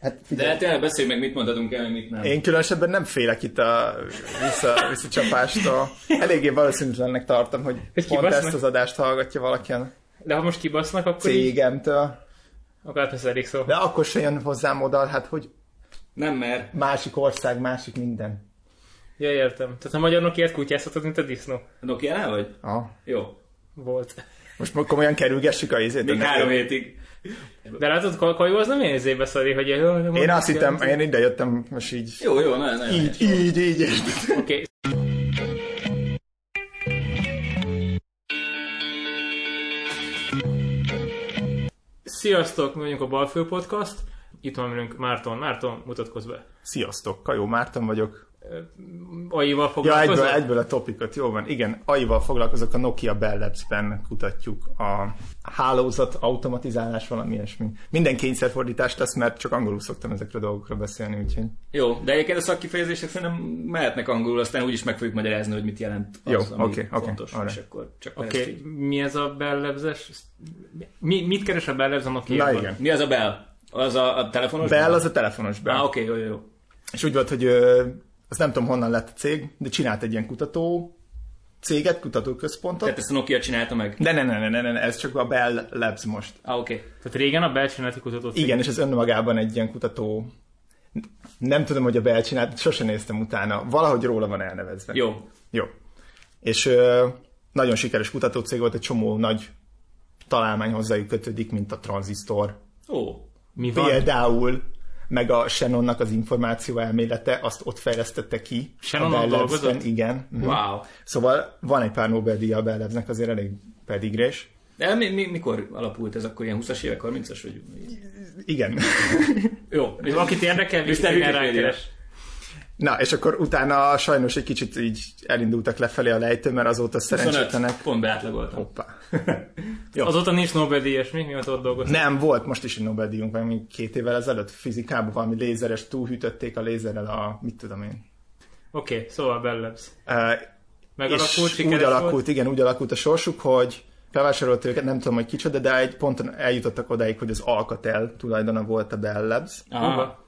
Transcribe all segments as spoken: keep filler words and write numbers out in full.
Hát figyelj. De tényleg beszélj meg, mit mondhatunk el, mit nem. Én különösebben nem félek itt a vissza, visszacsapástól. Eléggé valószínűtlennek tartom, hogy, hogy pont kibasznak? Ezt az adást hallgatja valakien. De ha most kibasznak, akkor cégemtől. Így... Akkor hát ez elég szó. De akkor se jön hozzám oda, hát hogy nem mer. Másik ország, másik minden. Ja, értem. Tehát a magyar Nokiát kutyáztatod, mint a disznó. A Nokia-nál vagy? Ah. Jó. Volt. Most komolyan kerülgessük a izét. Még három hétig. De látod, Kajó az nem ilyen izébe szari, hogy... Jó, én azt hittem, én ide jöttem, most így... Jó, jó, ne, ne. Így, ne, így, így, így. Oké. Okay. Sziasztok, mi vagyunk a Balfő Podcast. Itt van velünk Márton. Márton, mutatkozz be. Sziasztok, Kajó Márton vagyok. á i-val foglalkozol? Ja, egyből, egyből a topikot, jó van. Igen, á i-val foglalkozok, a Nokia Bell Labs-ben kutatjuk a hálózat, automatizálás, valami ilyesmi. Minden kényszerfordítást tesz, mert csak angolul szoktam ezekről a dolgokról beszélni, úgyhogy... Jó, de egyébként a szakkifejezések szerintem mehetnek angolul, aztán úgyis meg fogjuk magyarázni, hogy mit jelent az, jó, ami okay, fontos, okay, és akkor csak Oké, okay. Mi ez a Bell Labs-es? Mi, mit keres a Bell Labs a Nokia-ban? Mi az a Bell? Az a, a telefonos Bell? Bell az a telefonos Bell. Ah, oké, okay, jó, jó. És úgy volt, hogy ö, azt nem tudom honnan lett a cég, de csinált egy ilyen kutató céget, kutatóközpontot. Tehát ezt a Nokia csinálta meg? De ne, ne, ne, ne, ne, ez csak a Bell Labs most. Ah, oké. Okay. Tehát régen a Bell csinált egy kutató cég. Igen, és ez önmagában egy ilyen kutató... Nem tudom, hogy a Bell csinált, sosem néztem utána. Valahogy róla van elnevezve. Jó. Jó. És ö, nagyon sikeres kutatócég volt, egy csomó nagy találmány hozzájuk kötődik, mint a tranzisztor. Ó. Mi van? Például, meg a Shannonnak az információ elmélete, azt ott fejlesztette ki. Shannon dolgozott? Igen. Wow. Szóval van egy pár Nobel-díja a Bell Labsnek, azért elég pedigrés. De mi, mi, mikor alapult ez, akkor ilyen huszas évek, harmincas vagy? Igen. Jó. És valakit érdekel, visszatérjen rákeres. Na, és akkor utána sajnos egy kicsit így elindultak lefelé a lejtő, mert azóta szerencsétlenek. Pont beátlagoltam. Hoppá. Azóta nincs Nobel-díjas, mi? Mi ott dolgoztak? Nem, volt most is egy Nobel-díjunk, valami két évvel ezelőtt fizikában valami lézeres, túlhűtötték a lézerrel a, mit tudom én. Oké, okay, szóval Bell Labs. Uh, Megalakult, és úgy alakult, volt? igen, úgy alakult a sorsuk, hogy felvásárolt őket, nem tudom, hogy kicsoda, de egy ponton eljutottak odáig, hogy az Alcatel tulajdona volt a Bell Labs. Aha.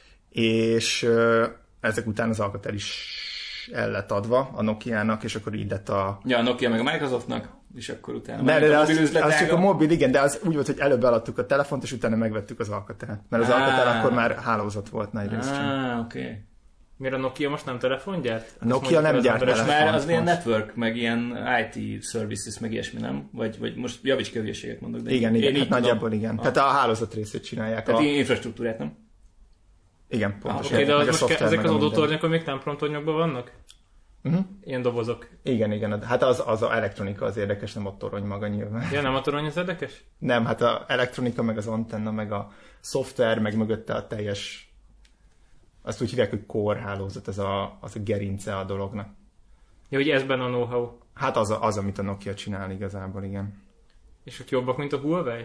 És uh, ezek után az Alcatel is el lett adva a Nokiának, és akkor így lett a... Ja, a Nokia meg a Microsoftnak, és akkor utána... De, de, de az, az csak a mobil, igen, de az úgy volt, hogy előbb eladtuk a telefont, és utána megvettük az Alcatel. Mert az ah. Alcatel akkor már hálózat volt nagy részt. Ah, oké. Okay. Miért a Nokia most nem telefon gyárt? A Nokia nem gyárt telefont. Már az ilyen network, meg ilyen i té services, meg ilyesmi, nem? Vagy, vagy most javíts ki, hülyeséget mondok. De igen, igen, hát nagyjából igen. Ah. Tehát a hálózat részét csinálják. Tehát a... infrastruktúrát, nem? Igen, pontosan. Ah, okay, de most ke- ezek az adótornyok még templomtornyokban vannak? Uh-huh. Ilyen dobozok. Igen, igen. Hát az, az a elektronika az érdekes, nem a torony maga nyilván. Ja, nem a torony az érdekes? Nem, hát a elektronika, meg az antenna, meg a szoftver, meg mögötte a teljes... Azt úgy hívják, hogy core hálózat, ez a, az a gerince a dolognak. Ja, hogy ez benne a know-how. Hát az, a, az, amit a Nokia csinál igazából, igen. És ott jobbak, mint a Huawei?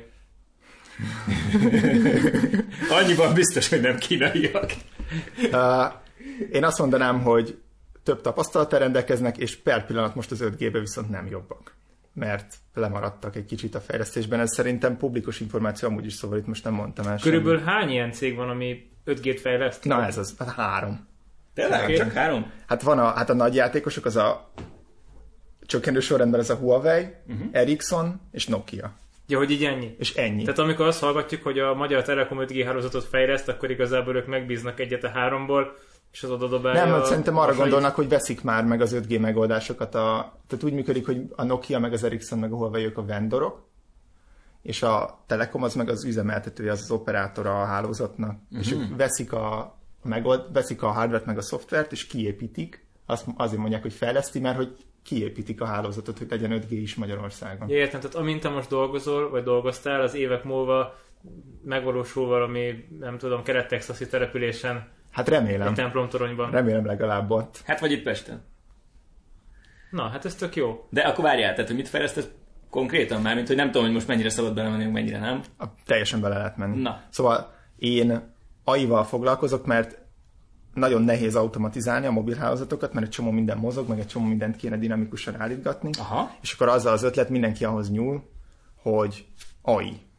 Annyiban biztos, hogy nem kínaiak. Uh, én azt mondanám, hogy több tapasztalattal rendelkeznek, és per pillanat most az öt G-be viszont nem jobbak. Mert lemaradtak egy kicsit a fejlesztésben. Ez szerintem publikus információ amúgy is, szóval itt most nem mondtam el. Körülbelül semmi. Hány ilyen cég van, ami öt G-t fejleszt? Na ez az, hát három. Tényleg? Okay. Csak három? Hát van a, hát a nagy játékosok, az a csökkenő sorrendben ez a Huawei, uh-huh. Ericsson és Nokia. Ja, hogy így ennyi? És ennyi. Tehát amikor azt hallgatjuk, hogy a Magyar Telekom öt G hálózatot fejleszt, akkor igazából ők megbíznak egyet a háromból, és az oda-dobálja... Nem, a... szerintem arra gondolnak, hogy veszik már meg az öt G megoldásokat. A... Tehát úgy működik, hogy a Nokia, meg az Ericsson, meg a Huawei ők a vendorok, és a Telekom az meg az üzemeltetője, az az operátora a hálózatnak. Uh-huh. És ők veszik a, megold... veszik a hardware-t, meg a szoftvert, és kiépítik. Azt azért mondják, hogy fejleszti, mert hogy kiépítik a hálózatot, hogy legyen öt G is Magyarországon. Ja, értem, tehát amint te most dolgozol, vagy dolgoztál, az évek múlva megvalósul valami, nem tudom, kelet-texasi településen. Hát remélem. Egy templomtoronyban. Remélem legalább ott. Hát vagy itt Pesten. Na, hát ez tök jó. De akkor várjál, tehát hogy mit fejlesztesz konkrétan már, mint hogy nem tudom, hogy most mennyire szabad belemenni, mennyire nem. A, teljesen bele lehet menni. Na. Szóval én á i-val foglalkozok, mert nagyon nehéz automatizálni a mobilhálózatokat, mert egy csomó minden mozog, meg egy csomó mindent kéne dinamikusan állítgatni. Aha. És akkor azzal az ötlet, mindenki ahhoz nyúl, hogy á i.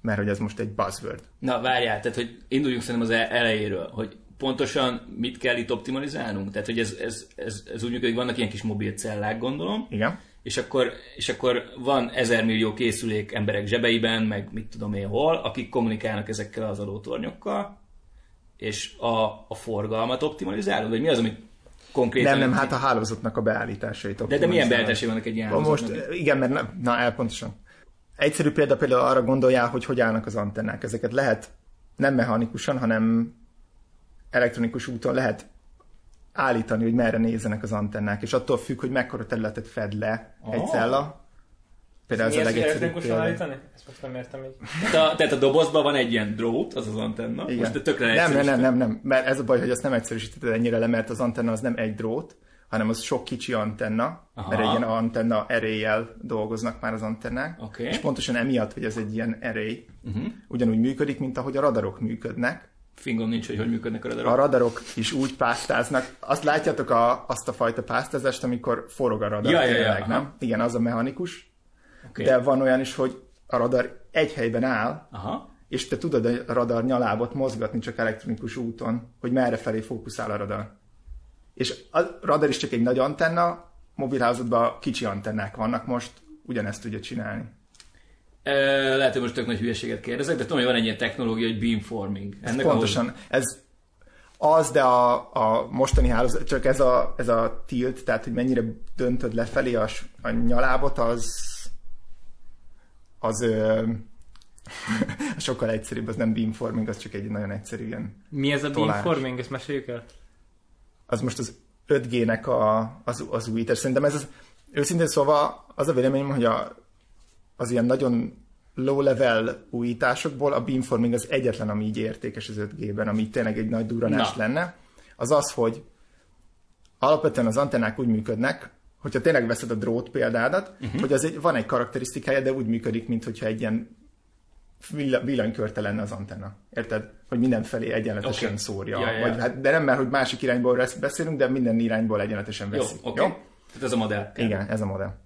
mert hogy ez most egy buzzword. Na várjál, tehát hogy induljunk szerintem az elejéről, hogy pontosan mit kell itt optimalizálnunk? Tehát, hogy ez, ez, ez, ez úgy működik, vannak ilyen kis mobil cellák, gondolom. Igen. És akkor, és akkor van ezer millió készülék emberek zsebeiben, meg mit tudom én hol, akik kommunikálnak ezekkel az adótornyokkal, és a, a forgalmat optimalizálod? Vagy mi az, amit konkrétan... Nem, nem, hát a hálózatnak a beállításait optimalizálod. De, de milyen beállításai vannak egy ilyen hálózatnak? Most, igen, mert na, na el pontosan. Egyszerű példa például arra gondoljál, hogy hogy állnak az antennák. Ezeket lehet nem mechanikusan, hanem elektronikus úton lehet állítani, hogy merre nézzenek az antennák, és attól függ, hogy mekkora területet fed le oh. egy cella. Például ez a legegyszerűbb példa. Állítani? Ezt most nem értem így. Tehát a, tehát a dobozban van egy ilyen drót, az az antenna. Igen. Most tökre nem, nem, nem, nem, nem, mert ez a baj, hogy azt nem egyszerűsítetted ennyire le, mert az antenna az nem egy drót, hanem az sok kicsi antenna, aha, mert egy ilyen antenna array-jel dolgoznak már az antennák, okay, és pontosan emiatt, hogy ez egy ilyen array, uh-huh, ugyanúgy működik, mint ahogy a radarok működnek. Fingom nincs, hogy hogy működnek a radarok. A radarok is úgy pásztáznak. Azt látjátok a, azt a fajta pásztázást, amikor forog a radar. Ja, ja, ja, nem? Igen, az a mechanikus. Okay. De van olyan is, hogy a radar egy helyben áll, aha, és te tudod a radar nyalábot mozgatni csak elektronikus úton, hogy merre felé fókuszál a radar. És a radar is csak egy nagy antenna, mobilhálózatban kicsi antennák vannak most, ugyanezt tudja csinálni. E, lehet, hogy most tök nagy hülyeséget kérdezek, de tudom, hogy van egy ilyen technológia, hogy beamforming. Ez Ennek pontosan, ahol... ez az, de a, a mostani hálózat, csak ez a, ez a tilt, tehát hogy mennyire döntöd lefelé a, a nyalábot, az az ö, sokkal egyszerűbb, az nem beamforming, az csak egy nagyon egyszerű ilyen Mi ez a tolás. beamforming? Ezt meséljük el? Az most az öt G-nek a, az, az újítás. Szerintem ez az, őszintén szóval az a véleményem, hogy a, az ilyen nagyon low-level újításokból a beamforming az egyetlen, ami így értékes az öt G-ben, ami tényleg egy nagy durranás Na. lenne. Az az, hogy alapvetően az antennák úgy működnek, hogyha tényleg veszed a drót példádat, uh-huh. hogy az egy, van egy karakterisztikája, de úgy működik, mint hogyha egy ilyen villanykörte lenne az antenna. Érted? Hogy mindenfelé egyenletesen okay. szórja. Ja, ja. Vagy, hát, de nem, mert hogy másik irányból beszélünk, de minden irányból egyenletesen veszi. Jó, okay. Jó? Tehát ez a modell. Igen, ez a modell.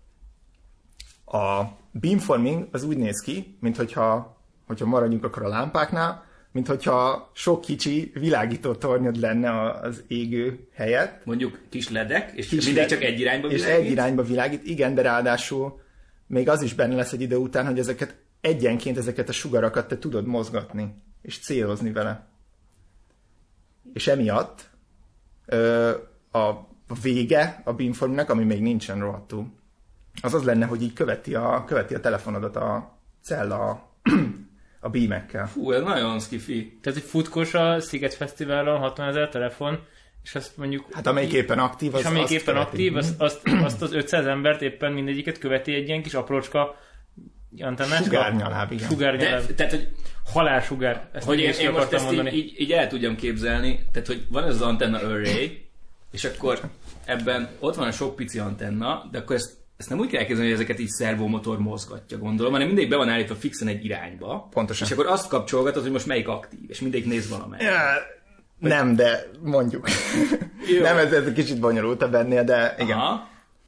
A beamforming az úgy néz ki, mint hogyha, hogyha maradjunk akkor a lámpáknál, mint hogyha sok kicsi világító tornyod lenne az égő helyett. Mondjuk kis ledek, és kis mindig led, csak egy irányba világít? És egy irányba világít, igen, de ráadásul még az is benne lesz egy idő után, hogy ezeket egyenként ezeket a sugarakat te tudod mozgatni, és célozni vele. És emiatt ö, a vége a beamformingnek, ami még nincsen rohadtul, az az lenne, hogy így követi a, követi a telefonodat a cella a beamekkel. Fú, ez nagyon skifi. Tehát, hogy futkos a Sziget Fesztiválon hatvanezer telefon, és azt mondjuk... Hát amelyik éppen aktív, az És amelyik éppen követi. aktív, azt, azt, azt az ötszáz embert éppen mindegyiket követi egy ilyen kis aprócska antennás. Sugárnyaláb, igen. Sugárnyaláb. De, tehát, hogy... Halálsugár. Ezt hogy én, én most ezt így, így, így el tudjam képzelni, tehát, hogy van ez az antenna array, és akkor ebben ott van a sok pici antenna, de akkor ezt Ezt nem úgy kell elképzelni, hogy ezeket így szervomotor mozgatja, gondolom, hanem mindig be van állítva fixen egy irányba. Pontosan. És akkor azt kapcsolgatod, hogy most melyik aktív, és mindig néz valamelyik. Ja, nem, de mondjuk. nem, ez, ez egy kicsit bonyolultabb ennél, de igen. Aha.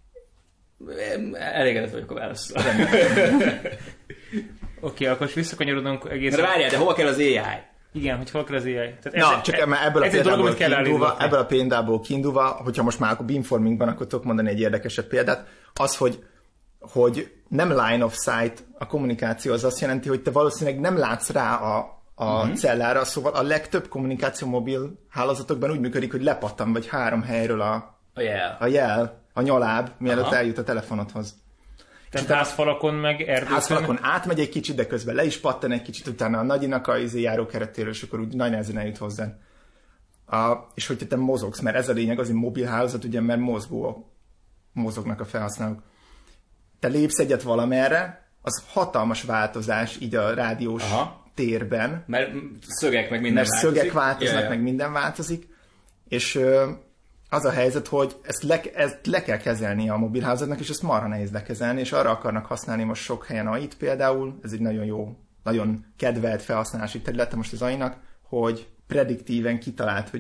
Elégedett vagyok a válaszsal. Oké, okay, akkor visszakanyarodunk egészen... De várjál, de hova kell az á i? Igen, hogy hol kell az á i. Tehát Na, ez, csak ez, ebből, a ez példából kell kiindulva, ebből a példából kiindulva, hogyha most már a beamformingban, akkor tudok mondani egy érdekesebb példát, az, hogy, hogy nem line of sight a kommunikáció, az azt jelenti, hogy te valószínűleg nem látsz rá a, a uh-huh. cellára, szóval a legtöbb kommunikáció mobil hálózatokban úgy működik, hogy lepattan vagy három helyről a, a jel, a, jel, a nyaláb, mielőtt Aha. eljut a telefonodhoz. Tehát házfalakon meg erdőkön? Házfalakon átmegy egy kicsit, de közben le is pattan egy kicsit, utána a nagyinak a izé járó keretéről, és akkor úgy nagy nehezen eljut hozzá. A, és hogyha te mozogsz, mert ez a lényeg, az egy mobil hálózat, ugye, mert mozgó, mozognak a felhasználók. Te lépsz egyet valamerre, az hatalmas változás így a rádiós Aha. térben. Mert szögek meg minden mert változik. szögek változnak, Jaj, meg minden változik. És az a helyzet, hogy ezt le, ezt le kell kezelni a mobilhálózatnak, és ezt marha nehéz lekezelni, és arra akarnak használni most sok helyen á i-t például, ez egy nagyon jó, nagyon kedvelt felhasználási területe most az á i-nak, hogy prediktíven kitalált, hogy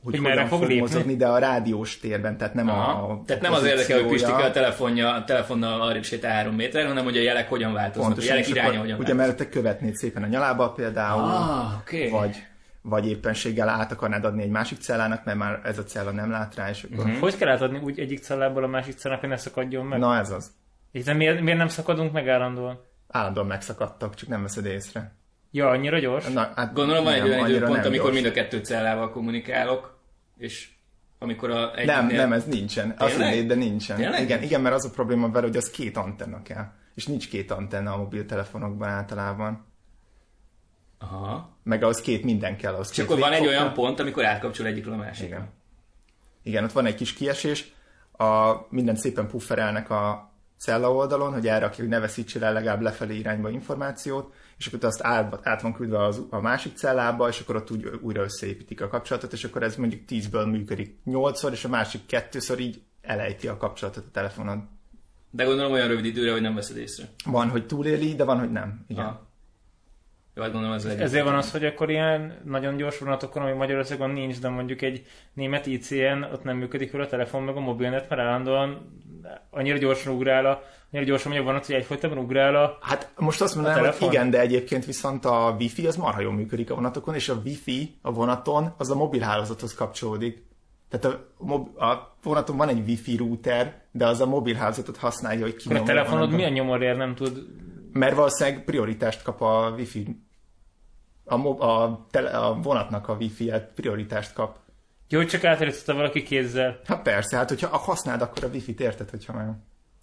hogy, hogy hogyan fog, fog mozogni, de a rádiós térben, tehát nem Aha. a Tehát nem az érdekel, hogy Pistike a telefonja, a telefonnal arrébb sétál három méter, hanem hogy a jelek hogyan változnak, pontosan, a jelek iránya hogyan változnak. Ugye mellette követnéd szépen a nyalába például, ah, okay. vagy, vagy éppenséggel át akarnád adni egy másik cellának, mert már ez a cella nem lát rá, és akkor... Uh-huh. Hogy kell átadni úgy egyik cellából a másik cellának, hogy ne szakadjon meg? Na ez az. És de miért, miért nem szakadunk meg állandóan? Állandóan megszakadtak, csak nem veszed észre. Ja, annyira gyors? Na, hát gondolom van egy olyan időpont, amikor mind a kettő cellával kommunikálok, és amikor a egyiknél... Nem, nem, ez nincsen. Azt hinnéd, de nincsen. Igen, igen, mert az a probléma vele, hogy az két antenna kell. És nincs két antenna a mobiltelefonokban általában. Aha. Meg ahhoz két minden kell. Ahhoz és akkor van egy olyan pont, amikor átkapcsol egyikről a másikra. Igen. Igen, ott van egy kis kiesés. A, mindent szépen pufferelnek a cella oldalon, hogy elrakja, hogy ne veszítsél el legalább lefelé irányba információt, és akkor azt át, át van küldve az, a másik cellába, és akkor ott úgy újra összeépítik a kapcsolatot, és akkor ez mondjuk tízből működik nyolcszor, és a másik kettőször így elejti a kapcsolatot a telefonod. De gondolom olyan rövid időre, hogy nem veszed észre. Van, hogy túléli, de van, hogy nem. Igen. Ah. Jó, gondolom, ez ezért van az, hogy akkor ilyen nagyon gyors vonatokon, ami Magyarországon nincs, de mondjuk egy német i cé en, ott nem működik fel a telefon, meg a mobilnet, mert állandóan annyira gyorsan ugrál a, annyira gyorsan megy a vonat, hogy egyfolytában ugrál a Hát most azt mondanám, hogy igen, de egyébként viszont a Wi-Fi az marha jól működik a vonatokon, és a Wi-Fi a vonaton az a mobilhálózathoz kapcsolódik. Tehát a, mob- a vonaton van egy Wi-Fi router, de az a mobilhálózatot használja, hogy kinyomja. A telefonod a milyen nyomorért nem tud? Mert valószínűleg prioritást kap a Wi-Fi. A, mob- a, tele- a vonatnak a Wi-Fi-et prioritást kap. Jó, hogy csak átállította valaki kézzel. Hát persze, hát hogyha használd, akkor a Wi-Fi-t érted, hogyha már...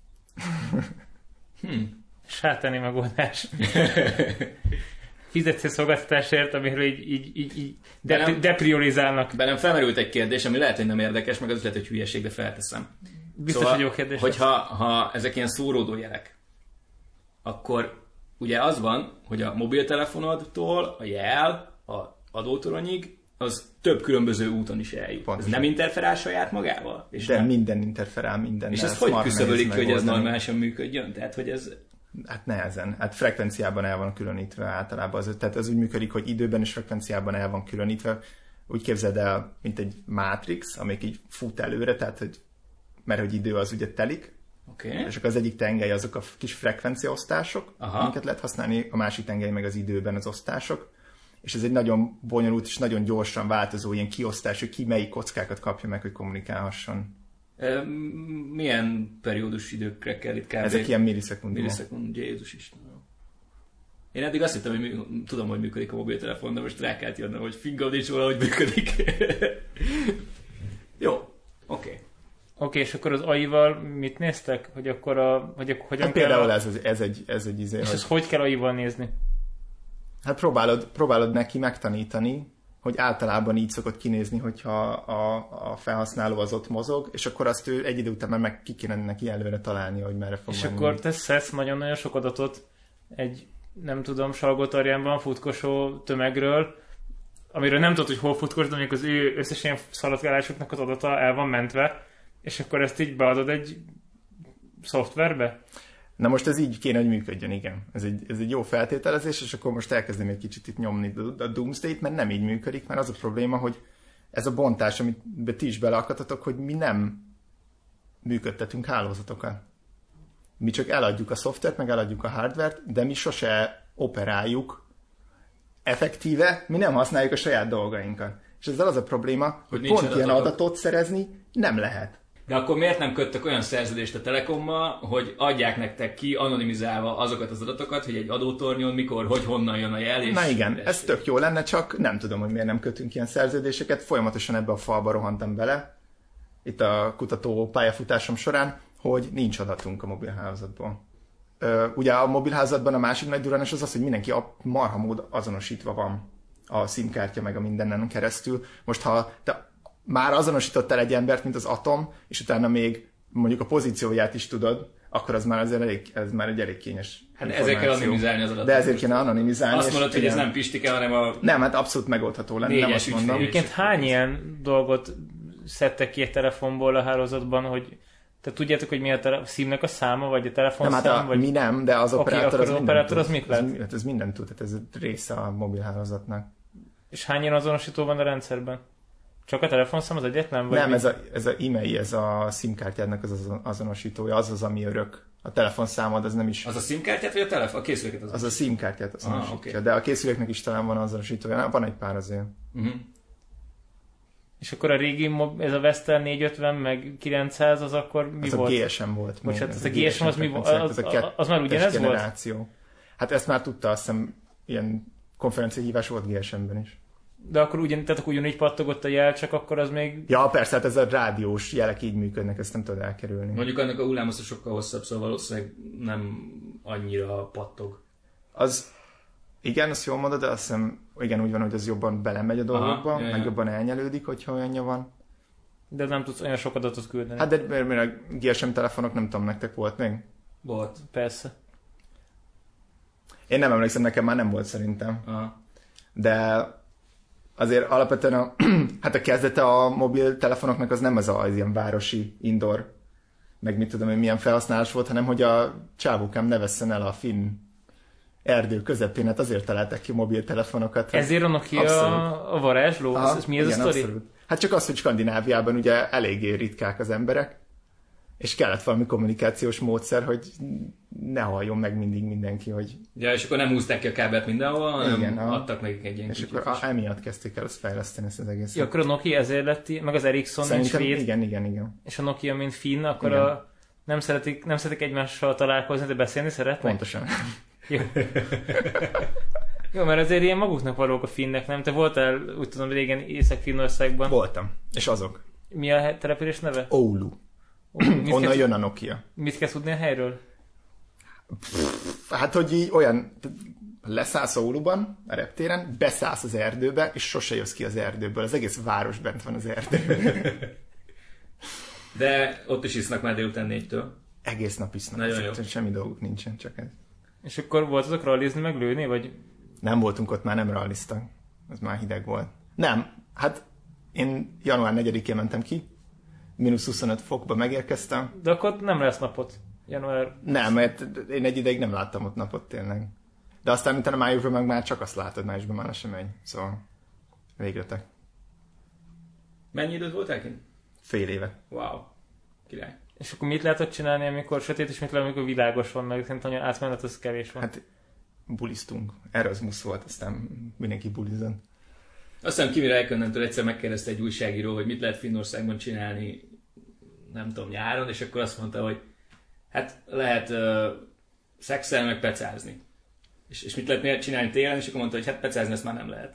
hmm. Sátani megoldás. Fizetsz egy szolgáltatásért, amiről így, így, így, így de, bennem, depriorizálnak. Bennem felmerült egy kérdés, ami lehet, hogy nem érdekes, meg az lehet, hogy hülyeségbe felteszem. Biztos, szóval, hogy jó kérdés. Hogyha ha ezek ilyen szóródó jelek, akkor ugye az van, hogy a mobiltelefonodtól a jel, a adótoronyig, az több különböző úton is eljut. Pontosan. Ez nem interferál saját magával? És de nem? minden interferál minden. És ezt hogy küszöbölik, hogy ez normálisan működjön? Tehát, hogy ez... Hát nehezen. Hát frekvenciában el van különítve általában. Az, tehát ez úgy működik, hogy időben és frekvenciában el van különítve. Úgy képzeld el, mint egy Matrix, amelyik így fut előre, tehát hogy, mert hogy idő az ugye telik. Okay. És akkor az egyik tengely azok a kis frekvenciaosztások, Aha. amiket lehet használni, a másik tengely meg az időben az osztások. És ez egy nagyon bonyolult és nagyon gyorsan változó ilyen kiosztás, hogy ki melyik kockákat kapja meg, hogy kommunikálhasson. Milyen periódus időkre kell itt kb. Ezek ilyen millisekundumok. Millisekund, Jézus Isten. Én eddig azt hittem, hogy mű, tudom, hogy működik a mobiltelefon, de most rá kellett jönnöm, hogy fingam nincs róla, hogy működik. Jó, oké. Okay. Oké, okay, és akkor az á i-val mit néztek? Hogy akkor a... Hogy akkor hogyan hát például kell... ez, ez egy, ez egy izé, És hogy... ezt hogy kell á i-val nézni? Hát próbálod, próbálod neki megtanítani, hogy általában így szokott kinézni, hogyha a, a felhasználó az ott mozog, és akkor azt ő egy idő után már meg ki kéne neki előre találni, hogy merre fog és menni. És akkor te szedsz nagyon-nagyon sok adatot egy, nem tudom, Salgótarjánban futkosó tömegről, amiről nem tudod, hogy hol futkos, de mondjuk az ő összes ilyen szaladgálásoknak az adata el van mentve, és akkor ezt így beadod egy szoftverbe? Na most ez így kéne, hogy működjön, igen. Ez egy, ez egy jó feltételezés, és akkor most elkezdem egy kicsit itt nyomni a Doomsday-t, mert nem így működik, mert az a probléma, hogy ez a bontás, amit ti is beleakadtatok, hogy mi nem működtetünk hálózatokat. Mi csak eladjuk a szoftvert, meg eladjuk a hardvert, de mi sose operáljuk effektíve, mi nem használjuk a saját dolgainkat. És ezzel az a probléma, hogy, hogy pont ilyen adatot szerezni nem lehet. De akkor miért nem köttek olyan szerződést a Telekommal, hogy adják nektek ki anonimizálva azokat az adatokat, hogy egy adótornyon mikor, hogy honnan jön a jel? És na igen, ez tök jó lenne, csak nem tudom, hogy miért nem kötünk ilyen szerződéseket. Folyamatosan ebbe a falba rohantam bele, itt a kutató pályafutásom során, hogy nincs adatunk a mobilhálózatból. Ugye a mobilhálózatban a másik nagy durranás az az, hogy mindenki a marha mód azonosítva van a SIM-kártya meg a mindenen keresztül. Most ha te már azonosítottál egy embert, mint az Atom, és utána még mondjuk a pozícióját is tudod, akkor az már azért elég, ez már egy elég kényes hát ezért kell anonimizálni az adatot. De ezért kéne anonimizálni. Azt mondod, hogy ez nem Pistike, hanem a... Nem, hát abszolút megoldható lenne, nem azt mondom. Egyébként hány ilyen dolgot szedtek ki egy telefonból a hálózatban, hogy te tudjátok, hogy mi a tele- SIM-nek a száma, vagy a telefonszám? Nem, hát a, vagy... mi nem, de az okay, operátor az, az, minden operátor tud. az mit lehet? Ez, ez minden tud, tehát ez része a mobilhálózatnak. És hány ilyen azonosító van a rendszerben? Csak a telefonszám az egyetlen? Vagy Nem, mi? ez a, ez a e-mail, ez a SIM-kártyádnak az azon- azonosítója, az az, ami örök. A telefonszámod az nem is... Az a SIM-kártyát, vagy a telefon? A készüléket az? Az a SIM-kártyát azonosítja, Ah, okay. de a készüléknek is talán van azonosítója. Van egy pár azért. Uh-huh. És akkor a régi, mob- ez a Vestel négyszázötven meg kilencszáz, az akkor mi Ez volt? a gé es em volt. Bocsánat, még, ez a gé es em az mi volt? frekvenciák, Az, ez a kettes az már ugyanez volt? generáció. Hát ezt már tudta, azt hiszem, ilyen konferenciahívás volt gé es em-ben is. De akkor, ugyan, tehát akkor ugyanígy pattogott a jel, csak akkor az még... Ja, persze, hát ez a rádiós jelek így működnek, ezt nem tudod elkerülni. Mondjuk annak a hullámoszta sokkal hosszabb, szóval valószínűleg nem annyira pattog. Az, igen, azt jól mondod, de azt hiszem, igen, úgy van, hogy az jobban belemegy a dolgokba, Aha, ja, meg ja. jobban elnyelődik, hogyha olyanja van. De nem tudsz olyan sok adatot küldeni. Hát de mert mert a gé es em telefonok, nem tudom, nektek volt még? Volt. Persze. Én nem emlékszem, nekem már nem volt szerintem. Aha. De azért alapvetően a, hát a kezdete a mobiltelefonoknak az nem az az ilyen városi indoor, meg mit tudom én milyen felhasználás volt, hanem hogy a csávókám ne vesszen el a finn erdő közepén, hát azért találták ki mobiltelefonokat. Ezért a Nokia Abszolút. a varázsló? Aha, Ez, ez mi ez igen, a sztori? abszolút. Hát csak az, hogy Skandináviában ugye eléggé ritkák az emberek, és kellett valami kommunikációs módszer, hogy ne halljon meg mindig mindenki, hogy... Ja, és akkor nem húzták ki a kábelt mindenhol, hanem Igen, aha. adtak nekik egy ilyen És kicsit akkor is. a, emiatt kezdték el azt fejleszteni, ezt az egészet. Ja, akkor a Nokia ezért lett, meg az Ericsson nincs Szerintem svéd, igen, igen, igen. és a Nokia mint finn, akkor Igen. a, nem, szeretik, nem szeretik egymással találkozni, de beszélni szeretnek? Pontosan. Jó. Jó, mert azért ilyen maguknak valók a finnek, nem? Te voltál, úgy tudom, régen Észak-Finnországban. Voltam. És azok. Mi a he- település neve? Oulu. Ó, mit, Onnan kell, jön a Nokia. mit kell tudni a helyről? Hát, hogy így olyan, leszállsz Ouluban, a reptéren, beszállsz az erdőbe, és sose jössz ki az erdőből. Az egész város bent van az erdőben. De ott is isznak már délután négytől. Egész nap isznak. Nagyon jó. Semmi dolguk nincsen, csak ez. És akkor voltatok rallizni, meg lőni, vagy... Nem voltunk ott, már nem ralliztak. Ez már hideg volt. Nem, hát én január negyedikén mentem ki, mínusz huszonöt fokba megérkeztem. De akkor nem lesz napot. Január... Nem, mert én egy ideig nem láttam ott napot tényleg. De aztán utána májusban meg már csak azt látod, májusban már sem megy. Szóval végletek. Mennyi időt voltál kint? Fél éve. Wow. Király. És akkor mit lehetett csinálni, amikor sötét, és mit lehet, amikor világos van, meg szerintem hogy átmenet az kevés van. Hát bulisztunk. Erasmus volt, aztán mindenki bulizott. Azt hiszem Kimi Räikkönentől egyszer megkérdezte egy újságíró, hogy mit lehet Finnországban csinálni, nem tudom, nyáron, és akkor azt mondta, hogy hát lehet uh, szexelni, meg pecázni. És, és mit lehet csinálni télen, és akkor mondta, hogy hát pecázni ezt már nem lehet.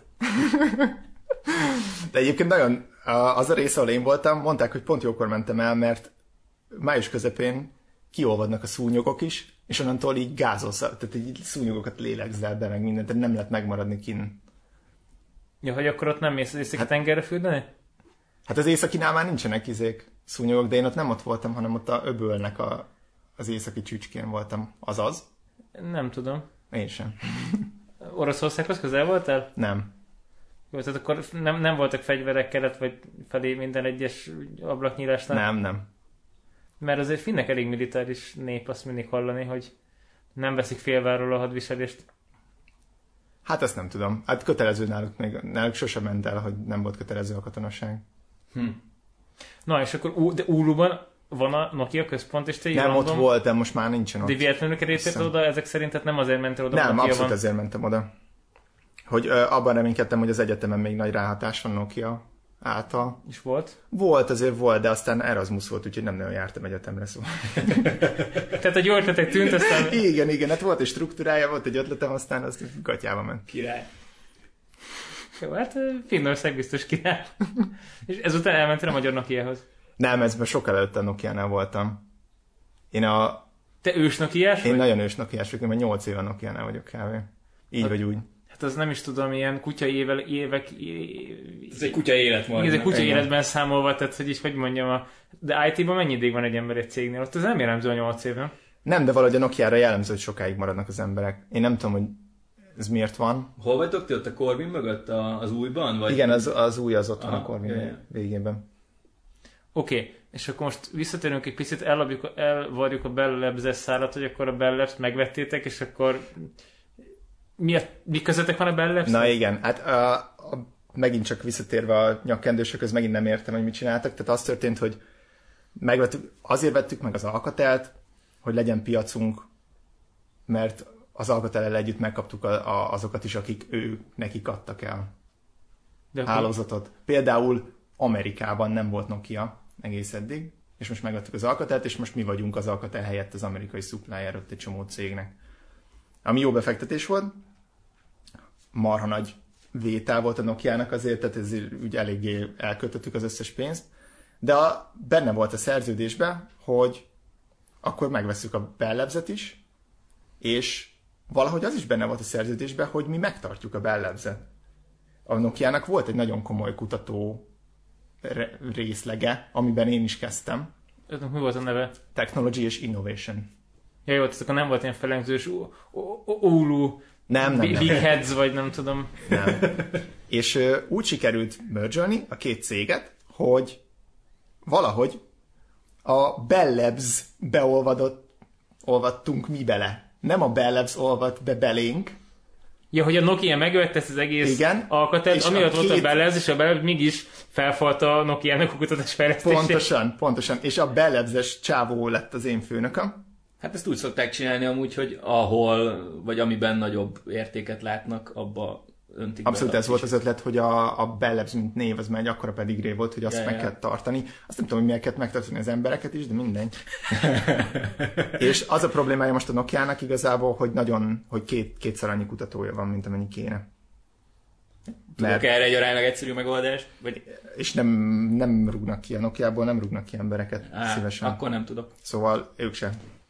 De egyébként nagyon, az a rész, ahol én voltam, mondták, hogy pont jókor mentem el, mert május közepén kiolvadnak a szúnyogok is, és onnantól így gázolsz, tehát így szúnyogokat lélegzel be, meg mindent, tehát nem lehet megmaradni kint. Ja, hogy akkor ott nem mész az északi Hát- tengerre fürdeni? Hát az északinál már nincsenek izék, szúnyogok, de én ott nem ott voltam, hanem ott a öbölnek a, az északi csücskén voltam. Azaz? Nem tudom. Én sem. Oroszországhoz közel voltál? Nem. Jó, tehát akkor nem, nem voltak fegyverek kelet vagy felé minden egyes ablaknyílásnál? Nem, nem. Mert azért finnek elég militáris nép, azt mindig hallani, hogy nem veszik félváról a hadviselést. Hát ezt nem tudom. Hát kötelező náluk még, náluk sosem ment el, hogy nem volt kötelező a katonaság. Hm. Na, és akkor Ú- de Úluban van a Nokia központ, és te így Nem, random- ott volt, de most már nincsen ott. De véletlenül kerültél Hiszem. oda, ezek szerint tehát nem azért mentél oda, Nem, Nokia abszolút van. ezért mentem oda. Hogy ö, abban reménykedtem, hogy az egyetemen még nagy ráhatás van Nokia által. És volt. Volt, azért volt, de aztán Erasmus volt, úgyhogy nem nagyon jártam egyetemre, szóval. Tehát egy jó ötletek tűnt, aztán... Igen, igen, hát volt egy struktúrája, volt egy ötletem, aztán azt gatyába ment. Király. Jó, hát ö, Finnország biztos király. És ezután elmentél a magyar Nokiahoz. Nem, ez már sokkal előtte a Nokiánál voltam. Én, a, Te ős Nokiás én vagy? nagyon ős Nokiás vagyok, mert nyolc éve a Nokiánál vagyok kb. Így Hát- vagy úgy. Hát az nem is tudom, ilyen kutya ével, évek... é- Ez egy kutya élet Ez egy majd. kutya Igen. életben számolva, tehát hogy is, hogy mondjam, a... de í té-ban mennyi ideig van egy ember egy cégnél? Ott ez nem jellemző a nyolc év, nem? Nem, de valahogy a Nokiára jellemző, hogy sokáig maradnak az emberek. Én nem tudom, hogy ez miért van. Hol vagytok ti ott a Corbin mögött a, az újban? Vagy? Igen, az, az új az ott van Aha, a Corvin ja, ja. végében. Oké, okay. És akkor most visszatérünk egy picit, ellabjuk, elvarjuk a Bell Labs-es szállat, hogy akkor a Bell Labs megvettétek, és akkor mi, a, mi közöttek van a Bell Labs? Na igen, hát a, a megint csak visszatérve a nyakkendősökhöz, megint nem értem, hogy mit csináltak. Tehát az történt, hogy megvettük, azért vettük meg az Alcatelt, hogy legyen piacunk, mert az Alcatel-el együtt megkaptuk a, a, azokat is, akik ő nekik adtak el De hálózatot. Például Amerikában nem volt Nokia egész eddig, és most megvettük az Alcatelt, és most mi vagyunk az Alcatel helyett az amerikai supplier ott egy csomó cégnek. Ami jó befektetés volt, marha nagy vétel volt a Nokiának azért, tehát ez úgy eléggé elköltöttük az összes pénzt, de a, benne volt a szerződésben, hogy akkor megveszük a Bell Labs-et is, és valahogy az is benne volt a szerződésben, hogy mi megtartjuk a Bell Labs-et. A Nokiának volt egy nagyon komoly kutató részlege, amiben én is kezdtem. Önök mi volt a neve? Technology és Innovation. Ja jó, tehát akkor nem volt ilyen felengzős Oulu, nem, nem, Big nem. Heads, vagy nem tudom. Nem. És uh, úgy sikerült mergelni a két céget, hogy valahogy a Bell Labs beolvadott, olvadtunk mi bele. Nem a Bell Labs olvadt be belénk. Ja, hogy a Nokia megvette ezt az egész Igen, Alcatelt, amiatt a volt két... a Bell Labs, és a Bell Labs mégis felfalta a Nokia-nak a kutatás fejlesztését. Pontosan, pontosan. És a Bell Labs-es csávó lett az én főnököm. Hát ezt úgy szokták csinálni amúgy, hogy ahol, vagy amiben nagyobb értéket látnak, abba öntik. Abszolút ez volt az ötlet, hogy a, a Bell Labs mint név, az már egy akkora pedigré volt, hogy azt ja, meg ja. kell tartani. Azt nem tudom, hogy miért kell megtartani az embereket is, de mindegy. És az a problémája most a Nokiának igazából, hogy nagyon, hogy két, kétszer annyi kutatója van, mint amennyi kéne. Tudok Mert... erre egy aránylag egyszerű megoldás? Vagy... És nem, nem rúgnak ki a Nokiából, nem rúgnak ki embereket Á, szívesen. Akkor nem tudok. Szóval ők sem.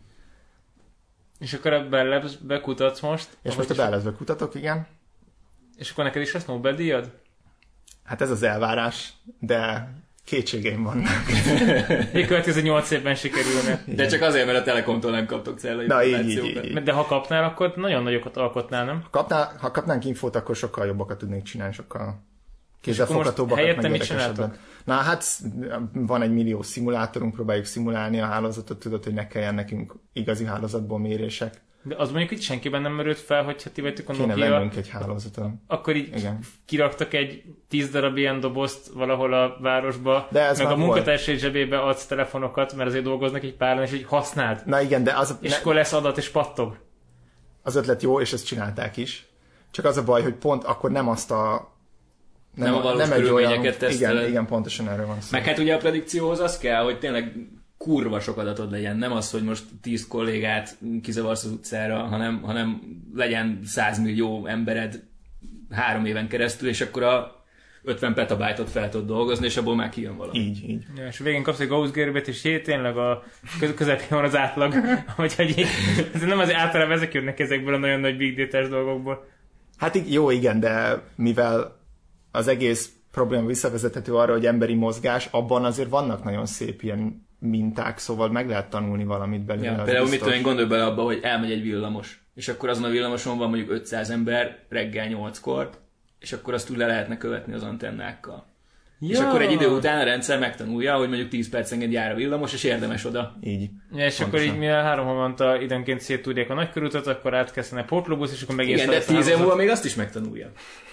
És akkor a Bell Labs-be kutatsz most? És most a Bell Labs-be kutatok, igen. És akkor neked is lesz Nobel-díjad? Hát ez az elvárás, de kétségeim vannak. Még következő nyolc évben sikerülne. De csak azért, mert a Telekomtól nem kaptok cellai Na, így, így, így. De ha kapnál, akkor nagyon nagyokat alkotnál, nem? Ha, kapnál, ha kapnánk infót, akkor sokkal jobbakat tudnék csinálni, sokkal kézzelfoghatóbbakat, helyette meg mit érdekesebben. Na hát van egy millió szimulátorunk, próbáljuk szimulálni a hálózatot, tudod, hogy ne kelljen nekünk igazi hálózatból mérések. De az mondjuk, hogy senkiben nem merült fel, hogyha ti vagytok a Kéne Nokia, vennünk egy hálózaton. akkor így Igen. kiraktak egy tíz darab ilyen dobozt valahol a városba, de ez meg a munkatársai volt. zsebébe adsz telefonokat, mert azért dolgoznak egy páran, és így használd. Na igen, de az... És ne... akkor lesz adat, és pattog. Az ötlet jó, és ezt csinálták is. Csak az a baj, hogy pont akkor nem azt a... Nem, nem a valós körülményeket teszteled. Igen, igen, pontosan erről van szó. Meg hát ugye a predikcióhoz az kell, hogy tényleg kurva sok adatod legyen. Nem az, hogy most tíz kollégát kizavarsz az utcára, hanem, hanem legyen százmillió embered három éven keresztül, és akkor a ötven petabájtot fel tudod dolgozni, és abból már kijön valami. Így, így. Ja, és végén kapsz egy Gauss-Görbet, és jé, tényleg a közepén van az átlag. Vagy hogy ez nem az általában ezek jönnek ezekből a nagyon nagy big data-s dolgokból. Hát jó, igen, de mivel az egész probléma visszavezethető arra, hogy emberi mozgás, abban azért vannak nagyon szép ilyen minták, szóval meg lehet tanulni valamit belőle. Ja, például mit tudom én, gondolj bele abba, hogy elmegy egy villamos, és akkor azon a villamoson van mondjuk ötszáz ember reggel nyolckor, és akkor azt úgy le lehetne követni az antennákkal. Ja. És akkor egy idő után a rendszer megtanulja, hogy mondjuk tíz percenként jár a villamos, és érdemes oda. Így. Ja, és akkor így mivel három havonta időnként széttudják a nagykörútat, akkor átkezdene a pótlóbusz, és akkor megint... Igen, de tíz év múlva még azt is megtanulja.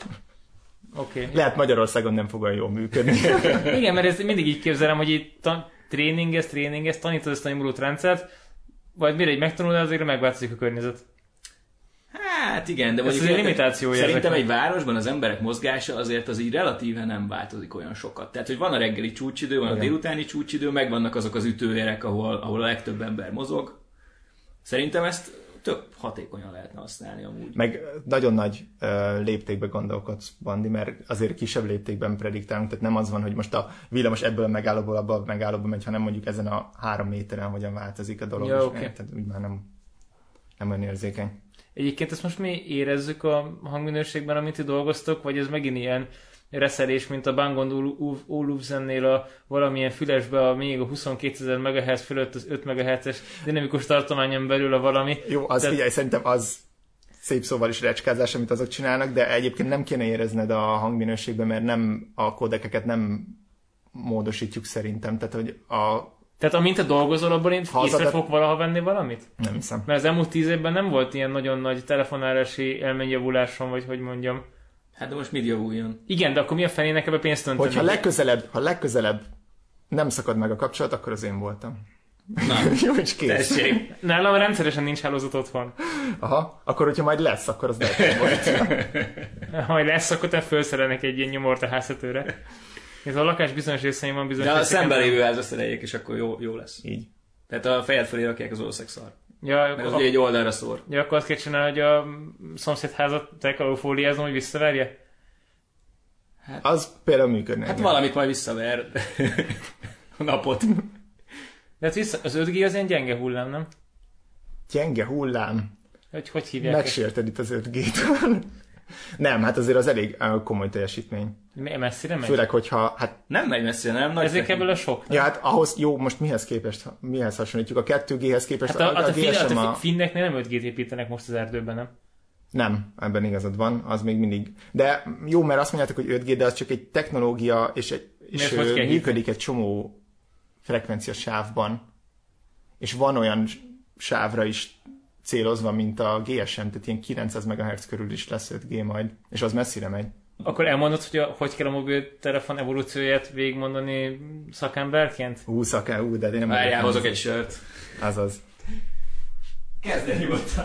Okay. Lehet Magyarországon nem fog olyan jól működni. Igen, mert ezt mindig így képzelem, hogy itt ta- tréningez, tréningez, tanítod ezt a nyomorult rendszert, vagy mire egy megtanulod, azért megváltozik a környezet. Hát igen, de mondjuk ez limitációja szerintem egy városban az emberek mozgása azért az így relatíve nem változik olyan sokat. Tehát, hogy van a reggeli csúcsidő, van igen. a délutáni csúcsidő, meg vannak azok az ütőérek, ahol, ahol a legtöbb ember mozog. Szerintem ezt tök hatékonyan lehetne használni amúgy. Meg nagyon nagy uh, léptékben gondolkodsz, Bandi, mert azért kisebb léptékben prediktálunk, tehát nem az van, hogy most a villamos ebből a megállóból abba a megállóba megy, hanem mondjuk ezen a három méteren hogyan változik a dolog. Ja, és okay. Tehát úgy már nem, nem olyan érzékeny. Egyébként ezt most mi érezzük a hangminőségben, amit ti dolgoztok, vagy ez megint ilyen reszelés, mint a Bang and Olufsennél a valamilyen fülesbe a még a huszonkétezer megahertz fölött az öt megahertzes dinamikus tartományon belül a valami. Jó, az Tehát... figyelj, szerintem az szép szóval is recskázás, amit azok csinálnak, de egyébként nem kéne érezned a hangminőségben, mert nem a kódekeket nem módosítjuk szerintem. Tehát, hogy a Tehát amint te dolgozol, abban én észre fogok valaha venni valamit? Nem hiszem. Mert az elmúlt tíz évben nem volt ilyen nagyon nagy telefonálási elményjavulásom, vagy hogy mondjam. Hát de most mit javuljon? Igen, de akkor mi a fenének ebbe pénzt önteni? Hogyha legközelebb, ha legközelebb nem szakad meg a kapcsolat, akkor az én voltam. Na, Jó, és kész. tessék. Nálam rendszeresen nincs hálózat otthon. Aha, akkor hogyha majd lesz, akkor az lehet, hogy volt. Ha majd lesz, akkor te felszerelnek egy ilyen nyomort a háztetőre. Ez a lakás bizonyos részein van bizonyos De a részeken. szemben lévő házra szereljék, és akkor jó, jó lesz. Így. Tehát a fejed fölé rakják, az valószínűleg szar. Ja, Mert az akkor, ugye egy oldalra szór. ja, akkor azt kell csinálni, hogy a szomszédházat tekalófóliázom, hogy visszaverje? Az például működne. Hát igen. valamit majd visszaver a napot. De hát vissza, az öt G az ilyen gyenge hullám, nem? Gyenge hullám. Hogy hogy hívják ezt? Megsérted itt az öt G-től. Nem, hát azért az elég uh, komoly teljesítmény. Mi- Messzire megy? Főleg, hogyha, hát, Nem megy messzire, nem? Nagy Ezért kell technika. belőle sok, nem? ja, hát ahhoz, jó, most mihez képest, mihez hasonlítjuk? A kettő G-hez képest? Hát a, a, a, fin, gé es em a, a... a finneknél nem öt G-t építenek most az erdőben, nem? Nem, ebben igazad van, az még mindig. De jó, mert azt mondjátok, hogy öt G, de az csak egy technológia, és, egy, és Miért, hogy kell működik egy csomó frekvencia sávban. És van olyan sávra is célozva, mint a gé es em, tehát ilyen kilencszáz megahertz körül is lesz öt G majd, és az messzire megy. Akkor elmondod, hogy a, hogy kell a mobiltelefon evolúcióját végigmondani szakemberként? Ú, szaká, ú, de én nem... Várjál, hozok egy sört. Azaz. Kezd el nyugodtan.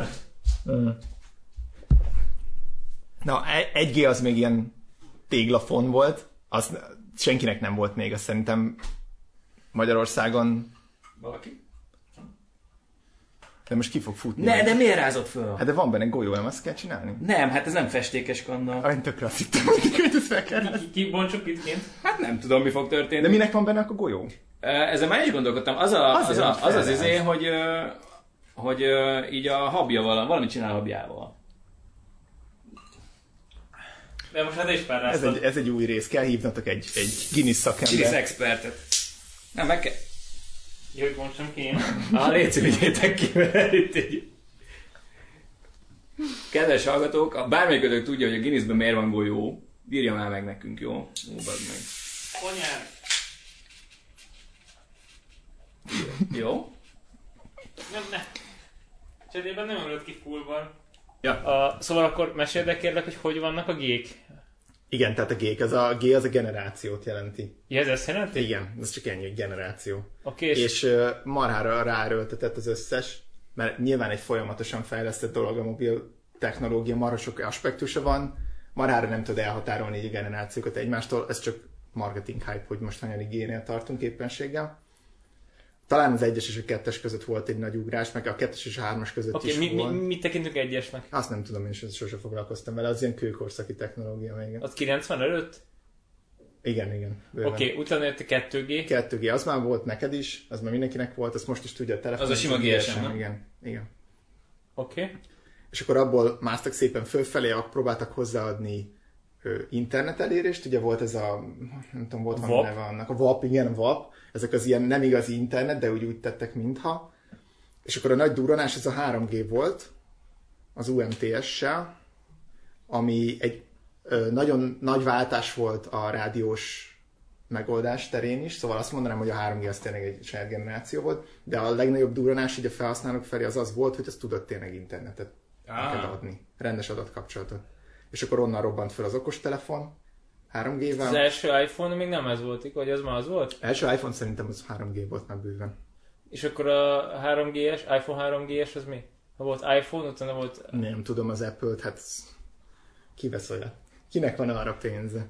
Na, egy G az még ilyen téglafon volt, az senkinek nem volt még, azt szerintem Magyarországon, Valaki? de most ki fog futni. Ne, de miért rázott föl? Hát de van benne golyó, nem azt kell csinálni? Nem, hát ez nem festékes kanna. Ah, én tökre azt hittem, hogy ezt fel kell. Ki, ki bontsuk itt kint? Hát nem tudom, mi fog történni. De minek van benne akkor golyó? Ezzel már is gondolkodtam. Az a, az, Azért, a, hogy az, az felráz. izé, hogy, ö, hogy ö, így a habjaval, valamit csinál a habjával. De most hát is Ez felráztad. egy, ez egy új rész, kell hívnatok egy, egy Guinness Guinness szakember. expertet. Nem, meg kell... Jó, hogy bontsam ki én. Ah, légy vigyétek ki, mert itt egy... Kedves hallgatók, bármelyikőtök tudja, hogy a Guinnessben miért van golyó, írja már meg nekünk, jó? Ó, bazd meg. Konyár. Jó? Nem, ne. Cserében nem örült ki fullban. Ja. A, szóval akkor meséld kérlek, hogy hogy vannak a gék. Igen, tehát a G, az a, G az a generációt jelenti. Ja, ez ezt jelenti? Igen, ez csak ennyi, hogy generáció. Oké, és, És uh, marhára ráerőltetett az összes, mert nyilván egy folyamatosan fejlesztett dolog a mobil technológia, marha sok aspektusa van, marhára nem tud elhatárolni így a generációkat egymástól, ez csak marketing hype, hogy most hanyadik G-nél tartunk éppenséggel. Talán az egyes és a kettes között volt egy nagy ugrás, meg a kettes és a hármas között Oké, is mi, mi, volt. mit tekintünk egyesnek? Azt nem tudom, én sem sose foglalkoztam vele, az ilyen kőkorszaki technológia még. Az kilencven előtt? Igen, igen. Oké, okay, utána jött a kettő G. kettő G, az már volt neked is, az már mindenkinek volt, azt most is tudja a telefon. Az a sima gé es em, nem? Igen, igen. Oké. Okay. És akkor abból másztak szépen fölfelé, próbáltak hozzáadni ö, internet elérést, ugye volt ez a, nem tudom, volt valami neve annak, a vap, igen, a vap, ezek az ilyen nem igazi internet, de úgy úgy tettek, mintha. És akkor a nagy durranás, ez a három G volt, az u em té es-sel, ami egy ö, nagyon nagy váltás volt a rádiós megoldás terén is, szóval azt mondanám, hogy a három G az tényleg egy saját generáció volt, de a legnagyobb durranás így a felhasználók felé az az volt, hogy az tudott tényleg internetet neked adni, rendes adatkapcsolatot. És akkor onnan robbant fel az okostelefon három G-vel. Az első iPhone még nem ez volt, vagy az már az volt? Első iPhone szerintem az három G volt már bőven. És akkor a három G-es, iPhone három G-es az mi? Ha volt iPhone, utána volt... Nem tudom az Apple-t, hát ki vesz olyat? Kinek van arra pénze?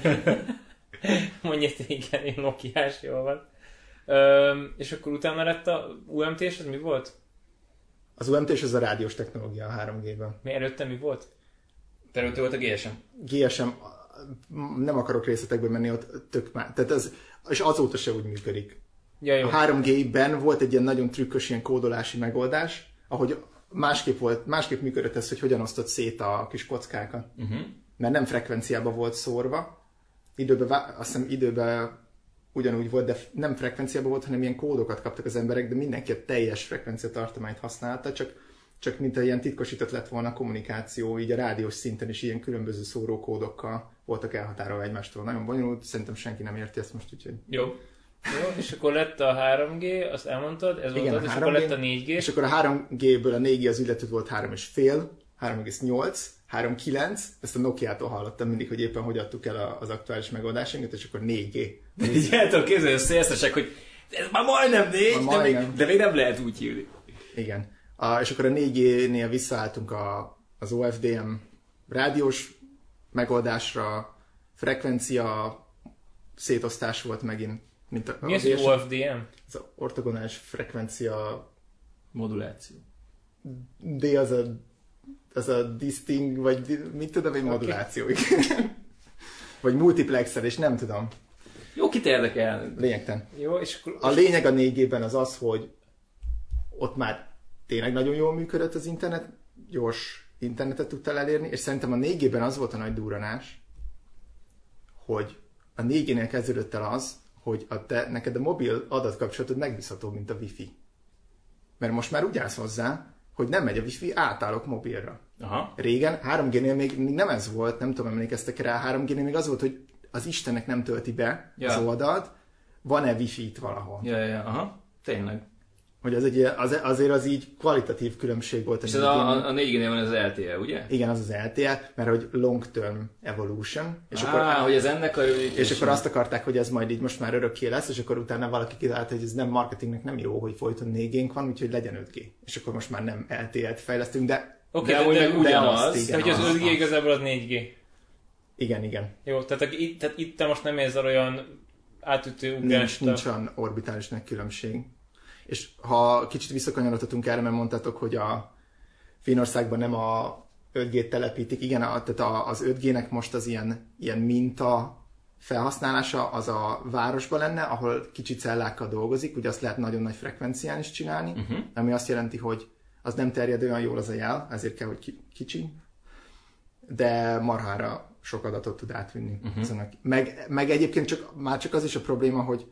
Mondja, igen, én Nokiás, jól van. Üm, és akkor utána lett a u em té-s, az mi volt? Az u em té és az a rádiós technológia a három G-ben. Mi előtte mi volt? Terültő volt a gé es em. gé es em, nem akarok részletekbe menni, ott tök már, tehát ez, és azóta se úgy működik. Ja, jó. A három G-ben volt egy ilyen nagyon trükkös ilyen kódolási megoldás, ahogy másképp, volt, másképp működött ez, hogy hogyan osztott szét a kis kockákat. Uh-huh. Mert nem frekvenciába volt szórva, időben, azt hiszem időben ugyanúgy volt, de nem frekvenciába volt, hanem ilyen kódokat kaptak az emberek, de mindenki a teljes frekvenciatartományt használta, csak, csak mint a ilyen titkosított lett volna a kommunikáció, így a rádiós szinten is ilyen különböző szórókódokkal voltak elhatárolva egymástól. Nagyon bonyolult, szerintem senki nem érti ezt most, úgyhogy... Jó. Jó, és akkor lett a három G, azt elmondtad, ez Igen, volt az, a és három akkor G, lett a négy G. És akkor a három G-ből a négy G az illető volt három és fél, három egész nyolc, három egész kilenc, ezt a Nokia-tól hallottam mindig, hogy éppen hogy adtuk el az aktuális megoldásunkat, és akkor négy G. Így el tudom képzelni a szélszesek, hogy ez már majdnem négy, Már de, majdnem. még, de még nem lehet úgy hívni. Igen. A, és akkor a négy G-nél visszaálltunk a, az o f dé em rádiós megoldásra, frekvencia szétosztás volt megint. Mint a, Mi a az vé es- o f dé em? Ez az ortogonális frekvencia. Moduláció. D az a, az a distinct, vagy di- mit tudom, egy moduláció. Okay. Vagy multiplexer, és nem tudom. Jó, kit érdekel? Lényegtelen. Jó, és akkor... A lényeg a négy G-ben az az, hogy ott már tényleg nagyon jól működött az internet, gyors internetet tudtál elérni, és szerintem a négy G-ben az volt a nagy durranás, hogy a négy G-nél kezdődött el az, hogy a te, neked a mobil adatkapcsolatod megbízhatóbb, mint a Wi-Fi. Mert most már úgy állsz hozzá, hogy nem megy a Wi-Fi, átállok mobilra. Aha. Régen három G-nél még nem ez volt, nem tudom, emlékeztek rá, három G-nél még az volt, hogy az Istennek nem tölti be Ja. az oldalt, van-e Wi-Fi itt valahol. Ja, ja, ja, aha. Tényleg. Hogy az egy, az, azért az így kvalitatív különbség volt. És ez a, a, a négy G-nél van ez az el té e, ugye? Igen, az az el té e, mert hogy long term evolution. És, Á, akkor, hogy ez ennek a és akkor azt akarták, hogy ez majd így most már örökké lesz, és akkor utána valaki kitalálta, hogy ez nem marketingnek nem jó, hogy folyton négy G-nk van, úgyhogy legyen öt G. És akkor most már nem el té e-t fejlesztünk, de Oké, de de, úgy de, meg de, ugyanaz. igen, de hogy az az, öt G az. igazából az négy G. igen, igen. Jó, tehát, ak- itt, tehát itt te most nem érzel olyan átütő Nincs, ugrást. nincs olyan orbitális nagy különbség. És ha kicsit visszakanyarodhatunk erre, mert mondtátok, hogy a Finnországban nem a öt G-t telepítik. Igen, a, tehát a, az öt G-nek most az ilyen, ilyen minta felhasználása az a városban lenne, ahol kicsi cellákkal dolgozik, ugye azt lehet nagyon nagy frekvencián is csinálni, uh-huh. ami azt jelenti, hogy az nem terjed olyan jól az a jel, ezért kell, hogy ki, kicsi, de marhára sok adatot tud átvinni. Uh-huh. Meg, meg egyébként csak, már csak az is a probléma, hogy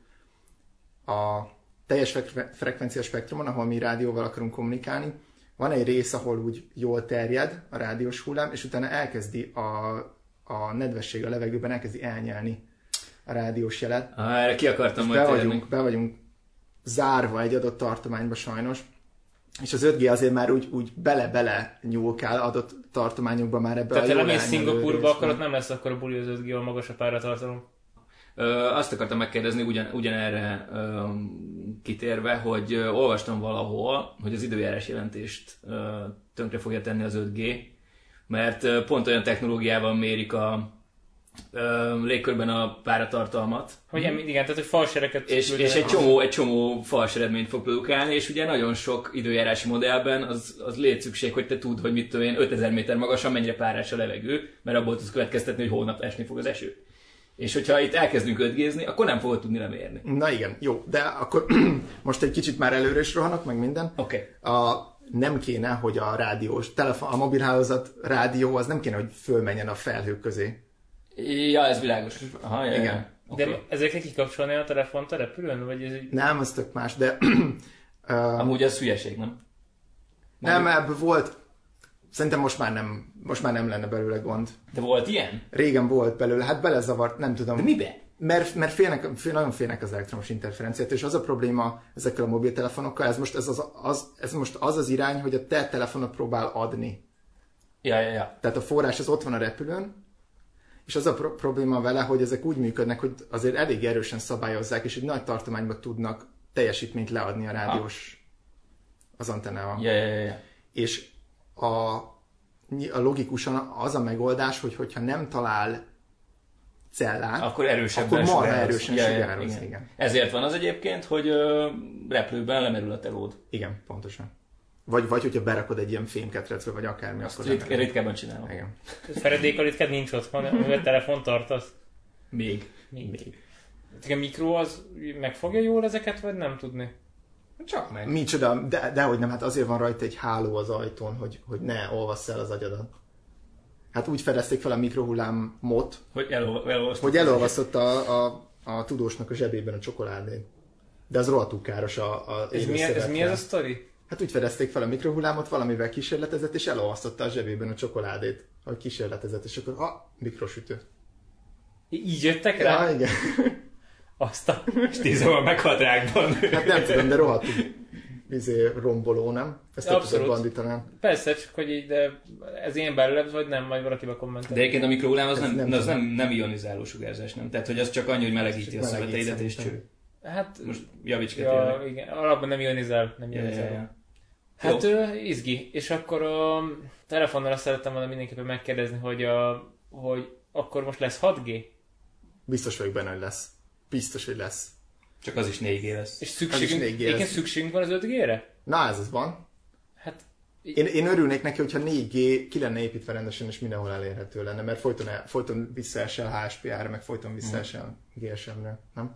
a teljes frekve- frekvencia spektrumon, ahol mi rádióval akarunk kommunikálni, van egy rész, ahol úgy jól terjed a rádiós hullám, és utána elkezdi a, a nedvesség a levegőben elkezdi elnyelni a rádiós jelet. Ah, erre ki akartam És majd be térni. vagyunk, be vagyunk zárva egy adott tartományba sajnos, és az öt G azért már úgy, úgy bele-bele nyúlkál adott tartományokba már ebbe Tehát a ha jól lemész elnyelő Szingapurba, részben. akkor ott nem lesz akkor a buli az öt G-val magas a páratartalom. Ö, azt akartam megkérdezni ugyan, ugyanerre ö, kitérve, hogy ö, olvastam valahol, hogy az időjárás jelentést ö, tönkre fogja tenni az öt G, mert ö, pont olyan technológiával mérik a ö, légkörben a páratartalmat, Hogy mm. igen, tehát hogy falsereket és, küldenek. és egy csomó, egy csomó fals eredményt fog produkálni, és ugye nagyon sok időjárási modellben az, az létszükség, hogy te tudd, hogy mit tudom én, ötezer méter magasan mennyire párás a levegő, mert abból tudsz következtetni, hogy holnap esni fog az eső. És hogyha itt elkezdünk öt G-zni, akkor nem fogod tudni lemérni. Na igen, jó, de akkor most egy kicsit már előre is rohanok, meg minden. Oké. A, nem kéne, hogy a rádiós, telefon, a mobilhálózat rádió, az nem kéne, hogy fölmenjen a felhők közé. Ja, ez világos. Aha, ja, Igen. ja. De Okay. ezekre kikapcsolni a telefont a repülőn? Vagy ez egy... Nem, az tök más, de uh, Amúgy ez hülyeség, nem? nem, ebből volt, szerintem most már nem, most már nem lenne belőle gond. De volt ilyen? Régen volt belőle, hát belezavart, nem tudom. De mibe? Mert, mert félnek, fél, nagyon félnek az elektromos interferenciát, és az a probléma ezekkel a mobiltelefonokkal, ez most, ez, az, az, ez most az az irány, hogy a te telefonot próbál adni. Ja, ja, ja. Tehát a forrás az ott van a repülőn, és az a pro- probléma vele, hogy ezek úgy működnek, hogy azért elég erősen szabályozzák, és egy nagy tartományban tudnak teljesítményt leadni a rádiós az antennával. Ja, ja, ja, ja. És a, a logikusan az a megoldás, hogy hogyha nem talál cellát, Akkor erősebben akkor marha sugároz. erősen Ja, ja, sugároz. igen. Igen. Ezért van az egyébként, hogy ö, repülőben lemerül a telód. Igen, pontosan. Vagy, vagy hogyha berakod egy ilyen fémketrecbe, vagy akármi, Azt akkor rit- nem- ritkában csinálom. Igen. Feredékalitkád nincs otthon, amivel telefont tartasz. Még. Még. A mikro az megfogja jól ezeket, vagy nem tudni? Csak meg. Micsoda, de, dehogy nem, hát azért van rajta egy háló az ajtón, hogy, hogy ne olvassz el az agyadat. Hát úgy fedezték fel a mikrohullámot, Hogy elol- elolvastuk. hogy elolvaszott a, a, a tudósnak a zsebében a csokoládét. De az rohadtul káros a, a Ez mi, ez mi ez a sztori? Hát úgy fedezték fel a mikrohullámot, valamivel kísérletezett, és elolvasztotta a zsebében a csokoládét, hogy kísérletezett, és akkor ha, mikrosütő. Így jöttek rá? Ja, igen. Azt a... És tíz óra meghalt rákban. Hát nem tudom, de rohadtul izé, romboló, nem? Ezt te tudod, Bandi, talán. Persze, csak hogy így, de ez ilyen belőled, vagy nem, majd valakivel kommentel. De egyébként a mikrohullám az, nem, nem, az nem, nem ionizáló sugárzás, nem? Tehát, hogy az csak annyi, hogy melegíti a szöveteidet és cső. Hát, most javíts ki. Ja, igen, alapban nem ionizál, nem ionizál. Ja, ja, ja. Hát ö, izgi, és akkor a telefonnal azt szerettem volna mindenképpen megkérdezni, hogy, a, hogy akkor most lesz hat G? Biztos vagyok benne, hogy lesz. Biztos, hogy lesz. Csak az is négy G lesz. És szükségünk, egyébként szükségünk van az öt G-re? Na, ez az van. Hát... Én, én örülnék neki, hogyha négy G ki lenne építve rendesen, és mindenhol elérhető lenne, mert folyton, el, folyton visszaesel há es pé á-ra, meg folyton visszaesel gé es em-re, nem?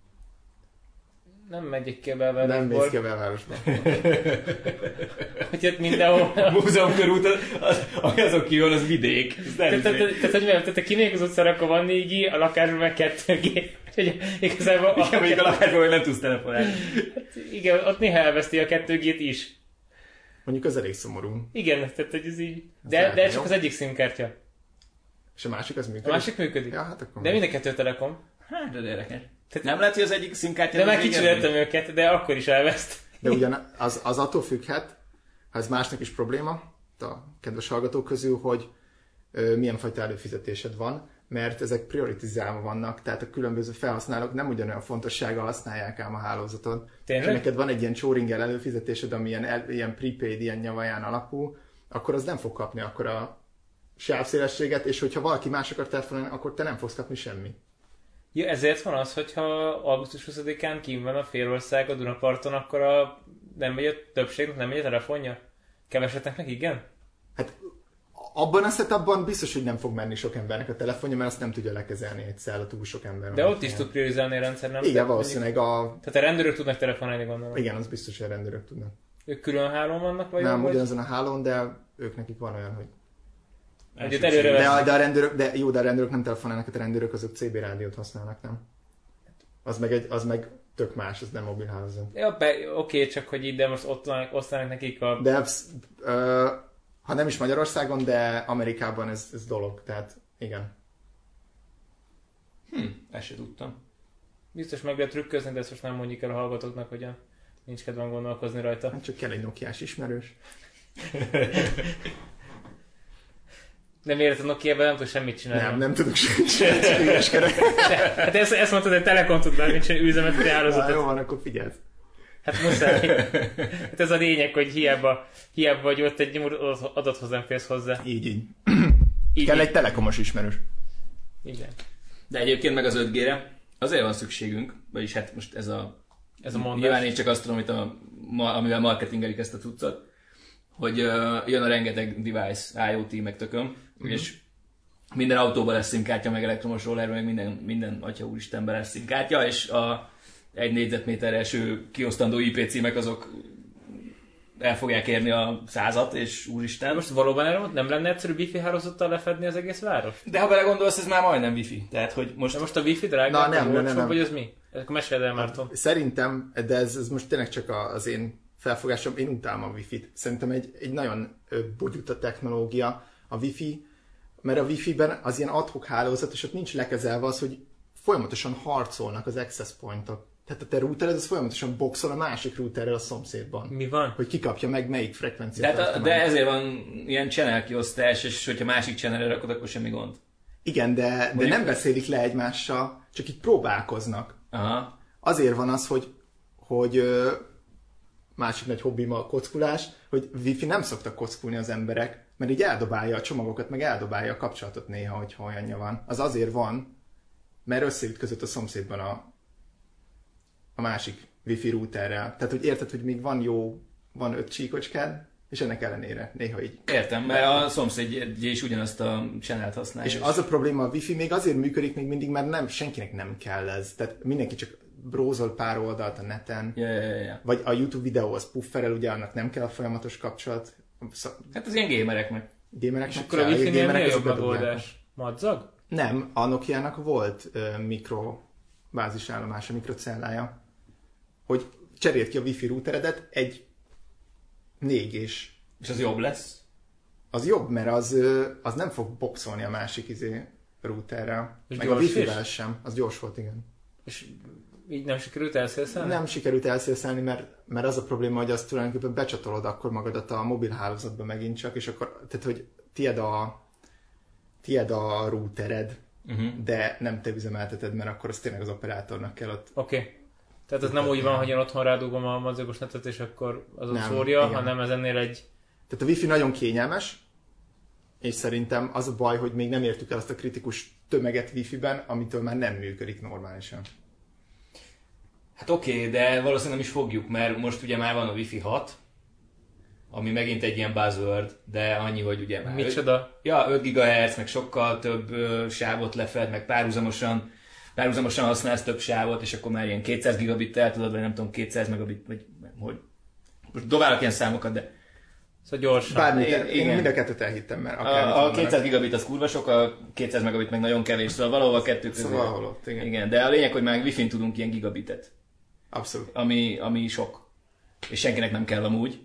Nem megyek ki a belvárosból. Nem mész ki a belvárosba. Hogy ott mindenhol... Múzeum körút, az, azok kívül az vidék. Tehát, hogy mivel, te kimegyek az utcára, akkor van négy G, a lakásban meg kettő G. Úgyhogy igazából... Igen, mondjuk a lakásban, hogy nem tudsz telefonálni. Hát igen, ott néha elveszti a kettő G-t is. Mondjuk az elég szomorú. Igen, tehát hogy ez így... De, de csak az egyik szimkártya. És a másik az működik? A másik működik. Ja, hát akkor de mind a kettő Telekom. Hát, de érdekes. Tehát nem lehet, hogy az egyik szimkártya... De már kicseréltem őket, de akkor is elveszt. De ugyan az, az attól függhet, ha ez másnak is probléma, a kedves hallgatók közül, hogy ö, milyen fajta előfizetésed van, mert ezek prioritizálva vannak, tehát a különböző felhasználók nem ugyanolyan fontossággal használják ám a hálózaton. Tényleg? Ha neked van egy ilyen csóringel előfizetésed, ami ilyen, el, ilyen prepaid, ilyen nyavaján alapú, akkor az nem fog kapni akkor a sávszélességet, és hogyha valaki más akar telefonálni, akkor te nem fogsz kapni semmi. Ja, ezért van az, hogyha augusztus huszadikán kín van a félország a Dunaparton, akkor a, nem megy a többségnek, nem megy a telefonja? Kevesetnek, igen? Hát abban a setupban biztos, hogy nem fog menni sok embernek a telefonja, mert azt nem tudja lekezelni egy száll, túl sok ember. De ott is tud priorizálni a rendszer, nem? Igen, valószínűleg a... Tehát a rendőrök tudnak telefonálni, gondolom. Igen, az biztos, hogy a rendőrök tudnak. Ők külön hálón vannak, vagy? Nem, vagy? ugyanazon a hálón, de ők nekik van olyan, hogy... Hogy előre de, a, de, a rendőrök, de jó, de a rendőrök nem telefonálnak, a rendőrök azok cé bé rádiót használnak, nem? Az meg, egy, az meg tök más, az nem mobilhálózat. Ja, oké, csak hogy így, de most ott osztanak nekik a... De ö, ha nem is Magyarországon, de Amerikában ez, ez dolog, tehát igen. Hm, ezt se tudtam. Biztos meg lehet trükközni, de ezt most nem mondjuk el a hallgatóknak, hogy a... nincs kedvem gondolkozni rajta. Hát csak kell egy Nokiás ismerős. De miért a Nokia-ben nem tudok semmit csinálni? Nem, nem tudok semmit csinálni. Hát ezt, ezt mondtad, hogy Telekom tud bármit csinálni, üzemeltetni hálózatot. Jó van, akkor figyelj. Hát muszáj. Hát ez a lényeg, hogy hiába, hiába vagy ott egy adathoz nem félsz hozzá. Így, így. így kell így. egy telekomos ismerős. Igen. De egyébként meg az öt G-re azért van szükségünk, vagyis hát most ez a... Ez a mondás. Nyilván én csak azt tudom, amit a, amivel marketingelik ezt a cuccot, hogy uh, jön a rengeteg device, IoT, meg tököm, uh-huh. és minden autóban lesz szimkártya, meg elektromos rollerben, meg minden, minden atya úristenben lesz szimkártya, és a egy négyzetméter első kiosztandó I P címek azok el fogják érni a százat, és úristen. Most valóban erről nem lenne egyszerű wifi hálózattal lefedni az egész város? De ha belegondolsz, ez már majdnem wifi. Tehát, hogy most... De most a wifi drága, Na, nem, nem, nem, nem. vagy az mi? Akkor meséld el, Márton. Szerintem, de ez, ez most tényleg csak az én felfogásom, én utálom a Wi-Fi-t. Szerintem egy, egy nagyon bogyuta technológia a Wi-Fi, mert a Wi-Fi-ben az ilyen ad-hoc hálózat, és ott nincs lekezelve az, hogy folyamatosan harcolnak az access point-ok. Tehát a te routered az folyamatosan boxol a másik routerrel a szomszédban. Mi van? Hogy kikapja meg melyik frekvenciát. De, de ezért van ilyen channel kiosztás, és hogyha másik channelre rakod, akkor semmi gond. Igen, de, de Mondjuk... nem beszélik le egymással, csak így próbálkoznak. Aha. Azért van az, hogy, hogy másik nagy hobbim a kockulás, hogy Wi-Fi nem szoktak kockulni az emberek, mert így eldobálja a csomagokat, meg eldobálja a kapcsolatot néha, hogyha olyanja van. Az azért van, mert összeütközött a szomszédban a, a másik Wi-Fi routerrel. Tehát, hogy érted, hogy még van jó, van öt csíkocskád, és ennek ellenére néha így. Értem, mert a szomszédja is ugyanazt a channelt használja. És az a probléma, a Wi-Fi még azért működik még mindig, mert nem, senkinek nem kell ez. Tehát mindenki csak brózol pár oldalt a neten. Ja, ja, ja. Vagy a YouTube videó az pufferel, ugye annak nem kell a folyamatos kapcsolat. Hát az ilyen gamereknek. Gamereknek és akkor a Wi-Fi-nél mi a jobb bedobják. megoldás? Madzag? Nem, a Nokia-nak volt uh, mikro bázisállomása, mikrocellája, hogy cseréld ki a Wi-Fi routeredet egy négy és És az jobb lesz? az jobb, mert az, az nem fog boxolni a másik izé routerrel. És Meg a gyors Wi-Fi-vel is? sem. Az gyors volt, igen. És így nem sikerült elszélszelni? Nem sikerült elszélszelni, mert, mert az a probléma, hogy azt tulajdonképpen becsatolod akkor magadat a mobil hálózatba megint csak, és akkor, tehát hogy tied a, tied a routered, uh-huh. de nem te üzemelteted, mert akkor az tényleg az operátornak kell ott. Oké. Okay. Tehát ez nem úgy van, hogy én otthon rádugom a madzagos netet, és akkor az ott szórja, igen. hanem ez ennél egy... Tehát a Wi-Fi nagyon kényelmes, és szerintem az a baj, hogy még nem értük el azt a kritikus tömeget Wi-Fi-ben, amitől már nem működik normálisan. Hát oké, okay, de valószínűleg nem is fogjuk, mert most ugye már van a Wi-Fi hat, ami megint egy ilyen buzzword, de annyi, hogy ugye már... Micsoda? öt, ja, öt gigahertz, meg sokkal több ö, sávot lefed, meg párhuzamosan, párhuzamosan használsz több sávot, és akkor már ilyen kétszáz gigabittel tudod, vagy nem tudom, kétszáz megabit, vagy hogy... Most dobálok ilyen számokat, de... Szóval gyorsan. Bármit, én, én mind a kettőt elhittem, mert a, a kétszáz gigabit az kurva sok, a kétszáz megabit meg nagyon kevés, szóval valahol a kettő közé. Szóval valahol ott, igen. igen. De a lényeg, hogy már Wi-Fi-n tudunk ilyen gigabitet. Abszolút. Ami, ami sok. És senkinek nem kell amúgy.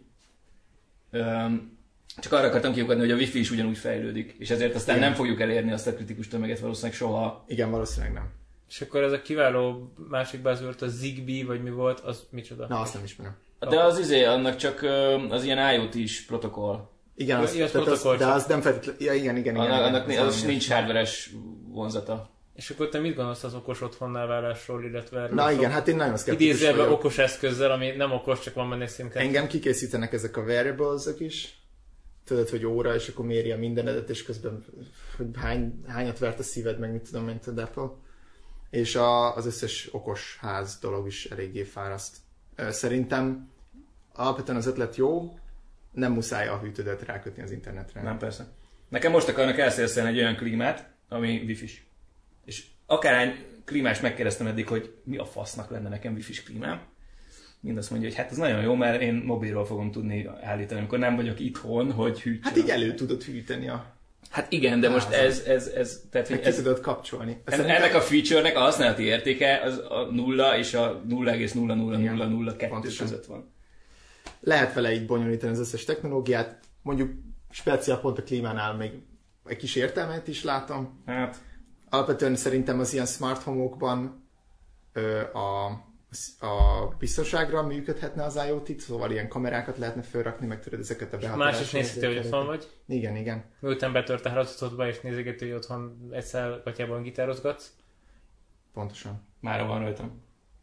Üm, csak arra akartam kiukadni, hogy a Wi-Fi is ugyanúgy fejlődik, és ezért aztán igen. nem fogjuk elérni azt a kritikus tömeget valószínűleg soha. Igen, valószínűleg nem. És akkor ez a kiváló másik buzzword, a Zigbee, vagy mi volt, az micsoda? Na, azt nem ismerem. De az izé, annak csak az ilyen IoT-s protokoll. Igen, az, az, az, de az nem feltétlenül... Ja, igen, igen, igen. Annak, igen, annak az, az nincs hardveres vonzata. És akkor te mit gondolsz az okos otthonnál válásról, illetve... Na igen, hát én nagyon szkeptikus idézőjelben okos eszközzel, ami nem okos, csak van benne egy szimkártya. Engem kikészítenek ezek a wearables-ök is. Tudod, hogy óra, és akkor méri a mindenedet, és közben hogy hány, hányat vert a szíved, meg mit tudom, mint a Apple. És a, az összes okos ház dolog is eléggé fáraszt. Szerintem alapvetően az ötlet jó, nem muszáj a hűtődet rákötni az internetre. Nem, persze. Nekem most akarnak elszélszelni egy olyan klímát, ami wifi-s. És akárhány klímást megkérdeztem eddig, hogy mi a fasznak lenne nekem wifi-s klímám. Mind azt mondja, hogy hát ez nagyon jó, mert én mobilról fogom tudni állítani, amikor nem vagyok itthon, hogy hűtsön. Hát így elő tudod hűteni a... Hát igen, de most ez... ez, ez tehát, hogy ez ki tudod kapcsolni. Szerintem... Ennek a feature-nek a használati értéke az a nulla és a nulla egész nulla nulla nulla nulla kettő között van. Lehet vele így bonyolítani az összes technológiát. Mondjuk speciál pont a klímánál még egy kis értelmet is látom. Hát. Alapvetően szerintem az ilyen smart home-okban a, a biztonságra működhetne az IoT, szóval ilyen kamerákat lehetne felrakni, meg tudod ezeket a behatárokat. Más is nézheti, hogy otthon vagy. Igen, igen. Miután betört a hálózatodba és nézegeti, hogy otthon egyszer gatyában gitározgatsz. Pontosan. Mára van rajtam.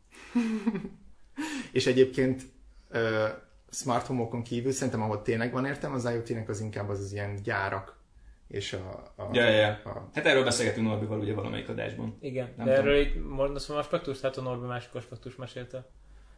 És egyébként uh, smart home-okon kívül szerintem, ahol tényleg van értem, az IoT-nek az inkább az, az ilyen gyárak. És a, a, ja, ja, ja. a... Hát erről beszélgetünk Norbival ugye valamelyik adásban. Igen, nem de tudom. Erről így mondasz van aspektus, hát a Norbi másik aspektus mesélte.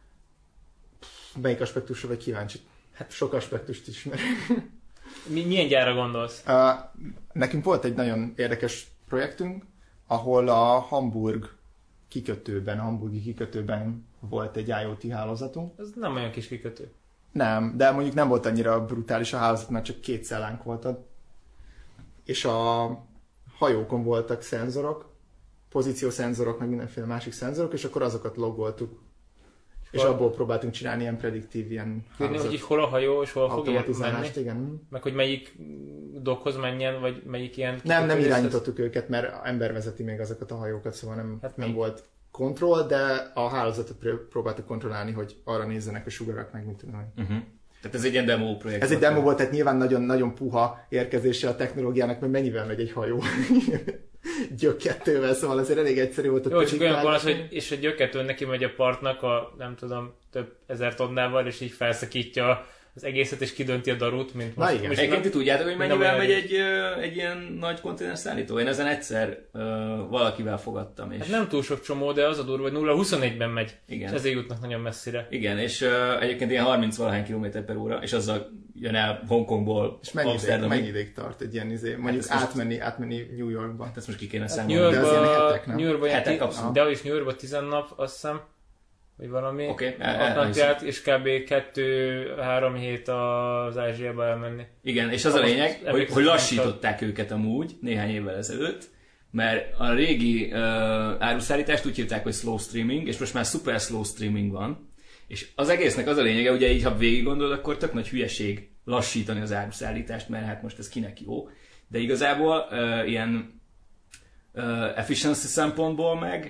Melyik aspektusra vagy kíváncsi? Hát sok aspektust ismer. Mi, milyen gyárra gondolsz? Uh, nekünk volt egy nagyon érdekes projektünk, ahol a Hamburg kikötőben, a hamburgi kikötőben volt egy IoT hálózatunk. Ez nem olyan kis kikötő. Nem, de mondjuk nem volt annyira brutális a hálózat, mert csak két cellánk volt ott. És a hajókon voltak szenzorok, pozíciószenzorok, meg mindenféle másik szenzorok, és akkor azokat logoltuk. És Val... abból próbáltunk csinálni ilyen prediktív, ilyen hálózat. Hogy hol a hajó, és hol fog ilyen menni? Igen. Meg hogy melyik dokhoz menjen, vagy melyik ilyen... Nem, nem irányítottuk őket, mert ember vezeti még azokat a hajókat, szóval nem, hát nem volt kontroll, de a hálózatot próbáltuk kontrollálni, hogy arra nézzenek a sugarak, meg mit tudom. Uh-huh. Tehát ez egy ilyen demo projekt. Ez egy demo volt, tehát nyilván nagyon-nagyon puha érkezése a technológiának, mert mennyivel megy egy hajó? Gyökkettővel, szóval azért elég egyszerű volt a jó, csak olyan van az, hogy és a gyökkettő neki megy a partnak a nem tudom, több ezer tonnával, és így felszakítja az egészet, és kidönti a darut, mint most. Na igen. Egyébként ti tudjátok, hogy mennyivel megy egy, egy ilyen nagy konténerszállító? Én ezen egyszer uh, valakivel fogadtam. És... Hát nem túl sok csomó, de az a durva, hogy nulla huszonnégyben megy. Igen. És ezért jutnak nagyon messzire. Igen, és uh, egyébként ilyen harminc-valahány kilométer per óra, és azzal jön el Hongkongból. És mennyi ideig, mennyi ideig tart egy ilyen izé, mondjuk hát átmenni, most... átmenni New Yorkba? Hát ezt most ki kéne hát számolni. New Yorkba, de az ilyen hetek, nem? New Yorkba hetek, abszolút. De is New Yorkba tíz nap, azt hiszem. Vagy valami. Oké. Okay. És kb. kettő-három hét az Ázsiába elmenni. Igen, és az a lényeg, hogy, hogy lassították őket amúgy néhány évvel ezelőtt, mert a régi uh, áruszállítást úgy hívták, hogy slow streaming, és most már super slow streaming van. És az egésznek az a lényege, ugye így, ha végig gondolod, akkor tök nagy hülyeség lassítani az áruszállítást, mert hát most ez kinek jó. De igazából uh, ilyen uh, efficiency szempontból meg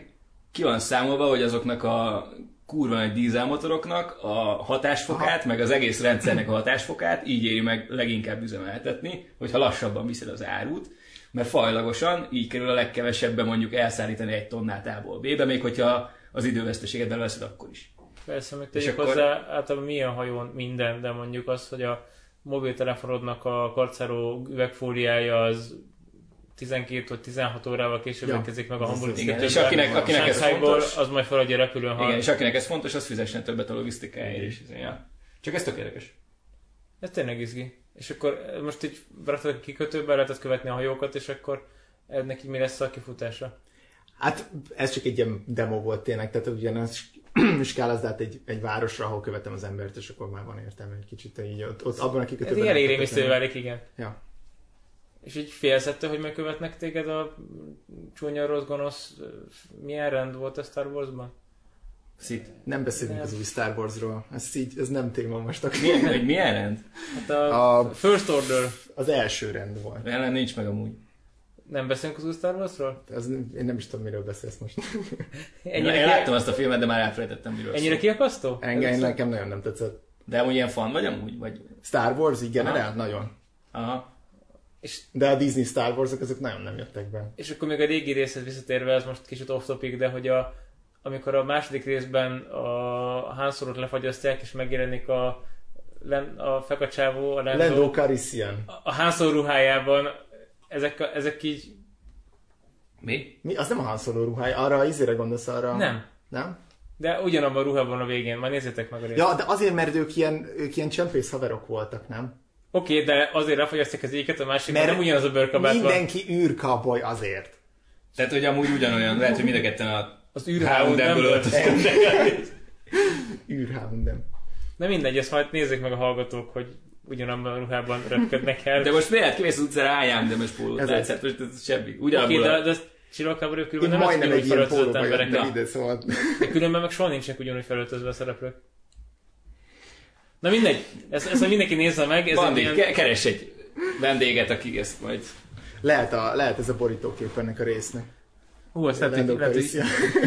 ki van számolva, hogy azoknak a kurva nagy dízelmotoroknak a hatásfokát, aha, meg az egész rendszernek a hatásfokát így éri meg leginkább üzemeltetni, hogyha lassabban viszed az árut, mert fajlagosan így kerül a legkevesebben mondjuk elszállítani egy tonnát A-ból B-be, még hogyha az időveszteséget beleveszed akkor is. Persze, meg tegyük akkor... hozzá, általában milyen hajón minden, de mondjuk az, hogy a mobiltelefonodnak a karcáró üvegfóliája az tizenkét vagy tizenhat órával később érkezik ja, meg a hamburger. És akinek, akinek ez fontos, az majd feladja repülőn. Igen, és akinek ez fontos, az fizessen többet a logisztikáért is. Ja. Csak ez tök érdekes. Ez tényleg izgi. És akkor most így beraktak a kikötőbe, lehetett követni a hajókat, és akkor ennek így mi lesz a kifutása? Hát ez csak egy ilyen demo volt tényleg, tehát ugyanaz skálazdált egy, egy városra, ahol követem az embert, és akkor már van értelme egy kicsit így ott, ott abban a kikötőben. Ez elég rémisztő válik, igen. Ja. És így félszettől, hogy megkövetnek téged a csúnya rossz gonosz, milyen rend volt a Star Wars-ban? Szit. Nem beszélünk nem. az új Star Wars-ról, ez, így, ez nem téma most. Akkor. Milyen, milyen rend? Hát a, a First Order. Az első rend volt. Ellen nincs meg amúgy. Nem beszélünk az új Star Wars-ról? Az, én nem is tudom, miről beszélsz most. Ennyire én ki... láttam azt a filmet, de már elfelejtettem, miről Ennyire szó. Kiakasztó? Engem nekem nagyon nem tetszett. De amúgy ilyen fan vagy amúgy? Vagy... Star Wars, így generál? Nagyon. Aha. És, de a Disney Star Wars-ok azok nagyon nem jöttek be. És akkor még a régi részhez visszatérve, ez most kicsit off-topic, de hogy a, amikor a második részben a Han Solót lefagyasztják, és megjelenik a, a fekacsávó, a Lando, Lando Calrissian. A Han Solo ruhájában, ezek, ezek így... Mi? Mi? Az nem a Han Solo ruhája, arra izére gondolsz arra? Nem. Nem? De ugyanabban a ruhában a végén, majd nézzétek meg a részt. Ja, de azért, mert ők ilyen, ők ilyen csempész haverok voltak, nem? Oké, okay, de azért lefagyasztják az éket, a másik, mert nem ugyanaz a bőrkabát van. Mindenki űrkaboly azért. Tehát, hogy amúgy ugyanolyan, lehet, hogy mind a ketten a az űrháundemből öltöztek. űrháundem. De mindegy, ezt majd nézzék meg a hallgatók, hogy ugyanabban a ruhában röpködnek el. De most miért kimész az utcára ájándemes pólót látsz? Hát most ez semmi. Ugyanabból. Oké, okay, de, de csillagháború körülbelül nem az ugyanúgy felöltözött emberek. De, ide, szóval... de különben meg soha nincsenek ugyanúgy felöltözve a szereplők. Na mindegy, ezt, ezt mindenki nézze meg. Ez Bandi, ilyen... ke- keres egy vendéget, aki ezt majd... Lehet, a, lehet ez a borítókép ennek a résznek. Hú, ezt lehet, hogy... Lehet, hogy...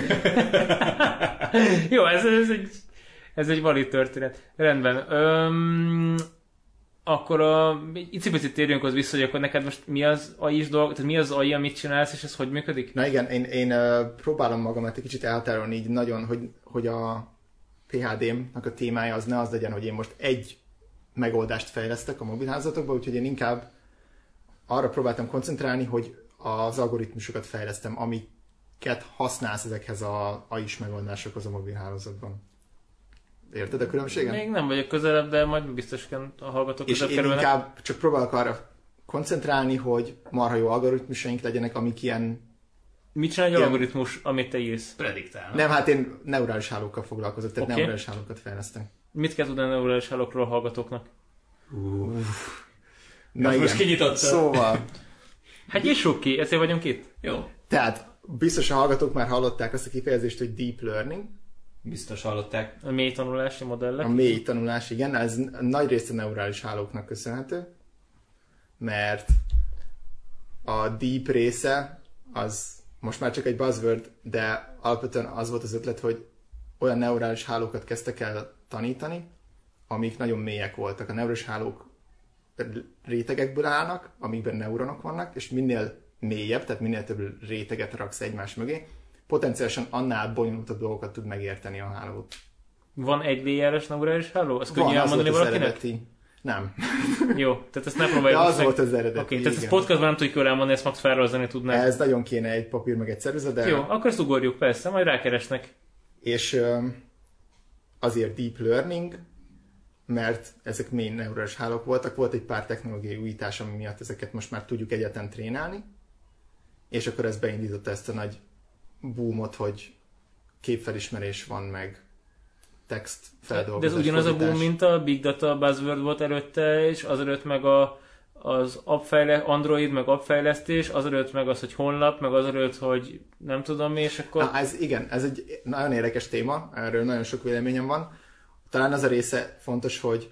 Jó, ez, ez, egy, ez egy valid történet. Rendben. Öm, akkor a... Icipicit térjünk az vissza, hogy akkor neked most mi az á i-s dolog, tehát mi az á i, amit csinálsz, és ez hogy működik? Na igen, én, én uh, próbálom magamat egy kicsit elhatárolni így nagyon, hogy, hogy a pé há dé-mnak a témája az ne az legyen, hogy én most egy megoldást fejlesztek a mobilhálózatokba, úgyhogy én inkább arra próbáltam koncentrálni, hogy az algoritmusokat fejlesztem, amiket használsz ezekhez az á i-s megoldásokhoz a mobilhálózatban. Érted a különbséget? Még nem vagyok közelebb, de majd biztosan a hallgatók és közelebb én kerülnek. inkább csak próbálok arra koncentrálni, hogy marha jó algoritmusaink legyenek, amik ilyen... Mit csinál egy ilyen... algoritmus, amit te írsz? Prediktálnak. Nem, hát én neurális hálókkal foglalkozok, tehát okay. neurális hálókat fejlesztem. Mit kell tudni a neurális hálókról a hallgatóknak? Uh. Na, Na most kinyitottad. Szóval... hát nyissuk ki, ezért vagyunk itt. Jó. Tehát biztos a hallgatók már hallották azt a kifejezést, hogy deep learning. Biztos hallották. A mély tanulási modellek. A mély tanulás, igen. Ez nagy részt a neurális hálóknak köszönhető, mert a deep része az most már csak egy buzzword, de alapvetően az volt az ötlet, hogy olyan neurális hálókat kezdtek el tanítani, amik nagyon mélyek voltak. A neurális hálók rétegekből állnak, amikben neuronok vannak, és minél mélyebb, tehát minél több réteget raksz egymás mögé, potenciálisan annál bonyolultabb dolgokat tud megérteni a hálót. Van egy léjeres neurális háló? Azt könnyű elmondani valakinek? Eredeti. Nem. Jó, tehát ezt ne próbáljuk. De az meg... volt az eredeti. Oké, okay, tehát ezt podcastban nem tudjuk jól elmondani, ezt max felrajzolni tudnánk. Ez nagyon kéne egy papír meg egy szervezet, de... Jó, akkor ezt ugorjuk, persze, majd rákeresnek. És azért deep learning, mert ezek mély neurális hálók voltak, volt egy pár technológiai újítás, ami miatt ezeket most már tudjuk egyáltalán trénálni, és akkor ez beindította ezt a nagy boomot, hogy képfelismerés van, meg text feldolgozás. De ez ugyanaz a boom, mint a Big Data buzzword volt előtte, és azelőtt meg a, az appfejle, Android, meg appfejlesztés, azelőtt meg az, hogy honlap, meg azelőtt, hogy nem tudom mi, és akkor... Na, ez igen, ez egy nagyon érdekes téma, erről nagyon sok véleményem van. Talán az a része fontos, hogy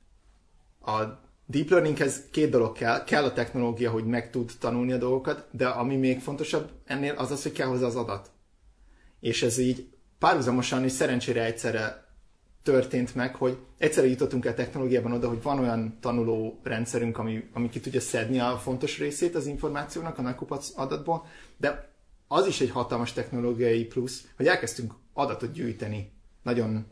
a deep learninghez két dolog kell. Kell a technológia, hogy meg tud tanulni a dolgokat, de ami még fontosabb ennél az az, hogy kell hozzá az adat. És ez így párhuzamosan és szerencsére egyszerre történt meg, hogy egyszerre jutottunk el technológiában oda, hogy van olyan tanuló rendszerünk, ami, ami ki tudja szedni a fontos részét az információnak a nagykupac adatból, de az is egy hatalmas technológiai plusz, hogy elkezdtünk adatot gyűjteni. Nagyon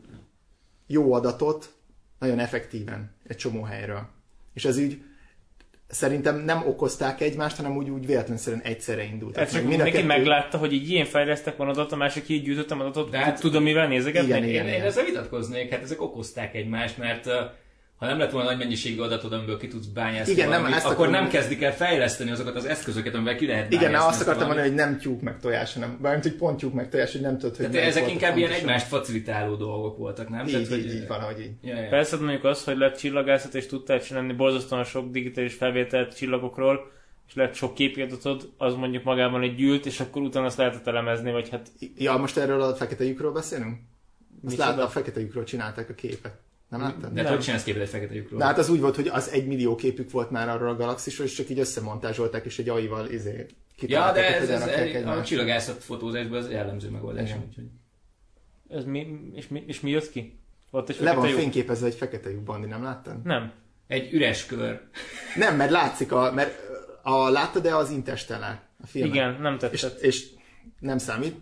jó adatot, nagyon effektíven egy csomó helyről. És ez így szerintem nem okozták egymást, hanem úgy, úgy véletlenszerűen egyszerre indult. Ez csak mindenki kettő... meglátta, hogy így ilyen fejlesztek van adat, a másik így gyűjtöttem adatot, de hát, tudom mivel nézegetni? Igen, igen, én, igen. én ezzel vitatkoznék, hát ezek okozták egymást, mert uh, ha nem lett volna nagy mennyiségű adatod, amiből ki tudsz bányászni igen, valamit, nem, akkor akarom... nem kezdik el fejleszteni azokat az eszközöket, amivel ki lehet bányászni. Igen, azt akartam mondani, hogy nem tyúk meg tojás, hanem bármint, hogy pont tyúk meg tojás, hogy nem tudod, hogy tehát ezek inkább ilyen egymást facilitáló dolgok voltak, nem? Így, tehát, így, hogy... így valahogy így. Ja, ja. Persze mondjuk az, hogy lett csillagászat, és tudtál csinálni borzasztóan sok digitális felvételt csillagokról, és lett sok képi adatod, az mondjuk magában egy gyűlt, és akkor utána azt lehetett elemezni, vagy hát... Ja, most erről a fekete lyukról beszélünk? Azt látod, a fekete lyukról csinálták a képet. Nem láttad? De hogy csinálsz képet egy fekete lyukról? Na hát az úgy volt, hogy az egy millió képük volt már arról a galaxisról, és csak így összemontázsolták, és egy á i-val izé ja, de ez, ez egy, a csillagászat fotózásban az jellemző megoldás. Úgyhogy... Ez mi, és, mi, és mi jött ki? Ott egy Le van lyuk? fényképezve egy fekete lyuk, Bandi, nem láttad? Nem. Egy üres kör. Nem, mert látszik, a, mert a, láttad-e az Interstellar a filmet? Igen, nem tetszett. És, és nem számít.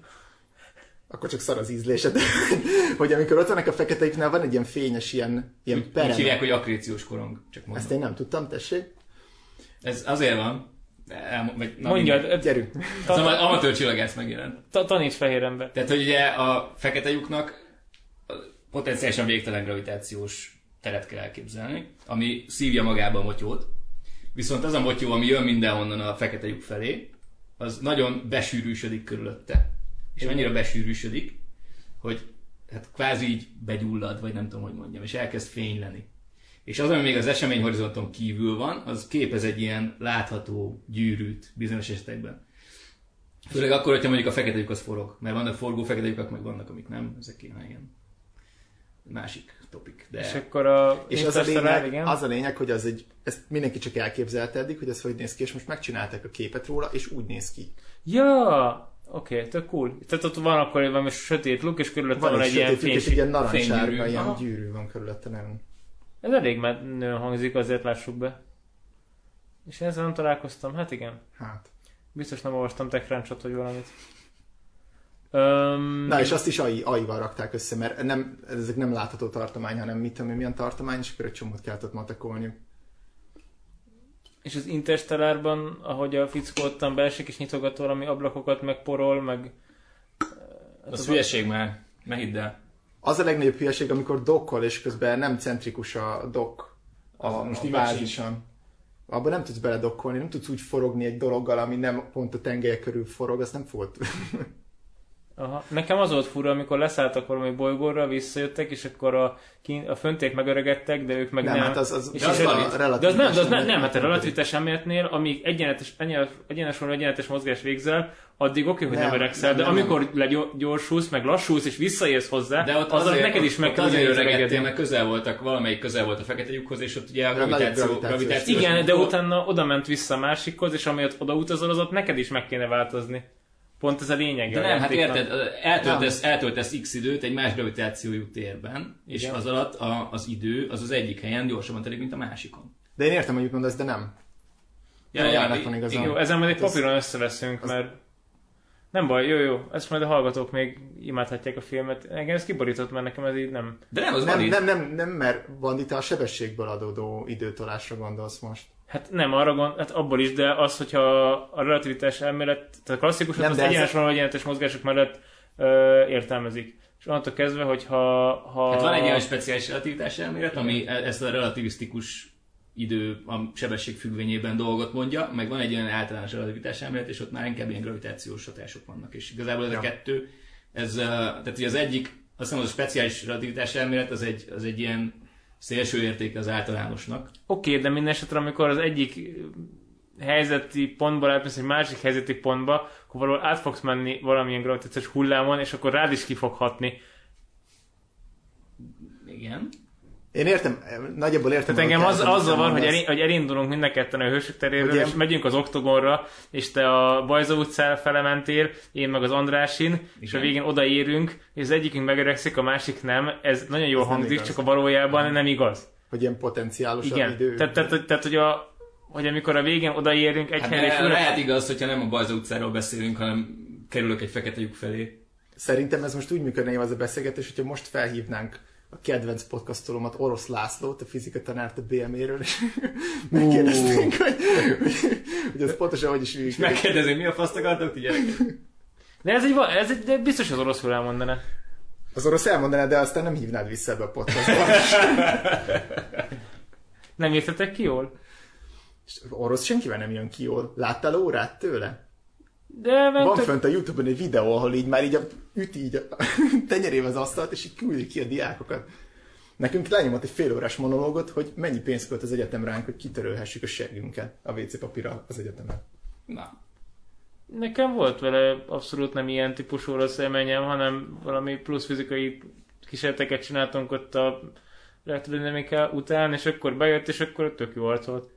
Akkor csak szar az ízlésed. Hogy amikor ott vannak a fekete lyuknál, van egy ilyen fényes, ilyen, ilyen perem. Úgy hívják, hogy akréciós korong. Csak mondom. Ezt én nem tudtam, tessék. Ez azért van. El, vagy, na, mondjad, gyerünk. Szóval amatőr csillagász megjelent. Taníts fehér ember. Tehát, hogy ugye a fekete lyuknak potenciálisan végtelen gravitációs teret kell elképzelni, ami szívja magába a motyót. Viszont az a motyó, ami jön mindenhonnan a fekete lyuk felé, az nagyon besűrűsödik körülötte. És annyira besűrűsödik, hogy hát kvázi így begyullad, vagy nem tudom, hogy mondjam, és elkezd fényleni. És az, ami még az eseményhorizonton kívül van, az képez egy ilyen látható gyűrűt bizonyos esetekben. Főleg akkor, hogyha mondjuk a fekete lyuk az forog, mert vannak forgó fekete lyukak, meg vannak, amik nem, ezek ilyen másik topik. De... És akkor a... És az a, lényeg, az a lényeg, hogy az egy, ezt mindenki csak elképzelte eddig, hogy ez hogy néz ki, és most megcsinálták a képet róla, és úgy néz ki. Ja, oké, okay, tök cool. Tehát ott van akkor egy valami sötét luk, és körülötte van, van egy ilyen fény... és egy ilyen narancssárga, ilyen gyűrű van körülötte, nem? Ez elég menő hangzik, azért lássuk be. És ezzel nem találkoztam, hát igen. Hát. Biztos nem olvastam TechCrunch-ot, vagy valamit. Um, Na, és azt is á i-val rakták össze, mert nem, ezek nem látható tartomány, hanem mit tudom, milyen tartomány, és akkor egy csomót kellett ott matekolniuk. És az Interstellárban, ahogy a fickó ottan beesik és nyitogat valami ablakokat, meg porol, meg... Hát az, az hülyeség a... már, ne hidd el. Az a legnagyobb hülyeség, amikor dokkol, és közben nem centrikus a dokk a, most a bázison. Abban nem tudsz beledokkolni, nem tudsz úgy forogni egy dologgal, ami nem pont a tengelye körül forog, azt nem fogod. Aha. Nekem az volt fura, amikor leszálltak valami bolygóra, visszajöttek, és akkor a, a fönték megöregedtek, de ők meg nem. Nem, hát az, az, és az, az, az, az a, de az nem, de az nem, nem, hát a relativitás elméletnél, amíg egyenetes, egyenes valami egyenetes mozgás végzel, addig oké, okay, hogy nem, nem öregszel, de nem, amikor nem. legyorsulsz, meg lassulsz, és visszaérsz hozzá, de ott azzal azért, neked is meg kell azért öregedtél, mert közel voltak, valamelyik közel volt a fekete lyukhoz, és ott ugye a gravitáció, gravitáció igen, de utána oda ment vissza a másikhoz, és amiatt oda utazol, az ott neked is meg kéne változni. Pont ez a lényeg. De nem, hát érted, eltöltesz, eltöltesz x időt egy más gravitációjú térben, és igen. az alatt a, az idő az az egyik helyen gyorsabban telik, mint a másikon. De én értem, hogy mit mondasz, de nem. Ja, ja, ja, van igazán. Jó, ezen majd egy papíron összeveszünk, az... mert nem baj, jó, jó, ezt majd a hallgatók még imádhatják a filmet. Engem ez kiborított, mert nekem ez így nem... De nem, az nem, nem, nem, nem, mert Bandi, te a sebességből adódó időtolásra gondolsz most. Hát nem arra gond, hát abból is, de az, hogyha a relativitás elmélet, tehát a klasszikusat az egyenes valami egyenetes mozgások mellett ö, értelmezik. És onnantól kezdve, hogyha... Ha... Hát van egy ilyen speciális relativitás elmélet, ami ezt a relativisztikus idő a sebesség függvényében dolgot mondja, meg van egy ilyen általános relativitás elmélet, és ott már inkább ilyen gravitációs hatások vannak. És igazából ez ja. a kettő, ez, tehát ugye az egyik, azt hiszem az a speciális relativitás elmélet, az egy, az egy ilyen szélső értéke az általánosnak. Oké, okay, de minden esetre, amikor az egyik helyzeti pontból átmész egy másik helyzeti pontba, akkor valahol át fogsz menni valamilyen gravitációs hullámon, és akkor rád is ki fog hatni. Igen. Én értem, nagyjából értem. Tehát engem az, azzal van, hogy, el, hogy elindulunk mind a ketten a Hősök teréről, és megyünk az Oktogonra, és te a Bajza utcára fele mentél, én meg az Andrásin, igen. És a végén odaérünk, és az egyikünk megöregszik, a másik nem. Ez nagyon jól ez hangzik, csak a valójában nem, nem igaz. Hogy ilyen potenciálosabb igen. idő. Tehát, tehát, tehát hogy, a, hogy amikor a végén odaérünk egy hát helyre... Hát lehet igaz, hogyha nem a Bajza utcáról beszélünk, hanem kerülök egy fekete lyuk felé. Szerintem ez most úgy működne az a beszélgetés, hogyha most felhívnánk a kedvenc podcastolomat, Orosz Lászlót, a fizikatanárt a bé em é-ről, és megkérdeztünk, hogy, hogy, hogy ez pontosan hogy is működik. És megkérdezni, mi a faszt akartok ti gyerekek? De ez egy, ez egy de biztos az oroszul elmondaná. Az orosz elmondaná, de aztán nem hívnád vissza ebbe a podcastba. Nem értetek ki jól? És orosz senkivel nem jön ki jól. Láttál órát tőle? De van tök... fönt a YouTube-on egy videó, ahol így már így a, üti így a tenyerével az asztalt, és így küldi ki a diákokat. Nekünk lenyomott egy fél órás monológot, hogy mennyi pénzt költ az egyetem ránk, hogy kitörölhessük a seggünket a vé cé papírral az egyetemen. Na. Nekem volt vele abszolút nem ilyen típusú orosz élményem, hanem valami plusz fizikai kísérleteket csináltunk ott a elektrodinamika után, és akkor bejött, és akkor tök jó arc volt.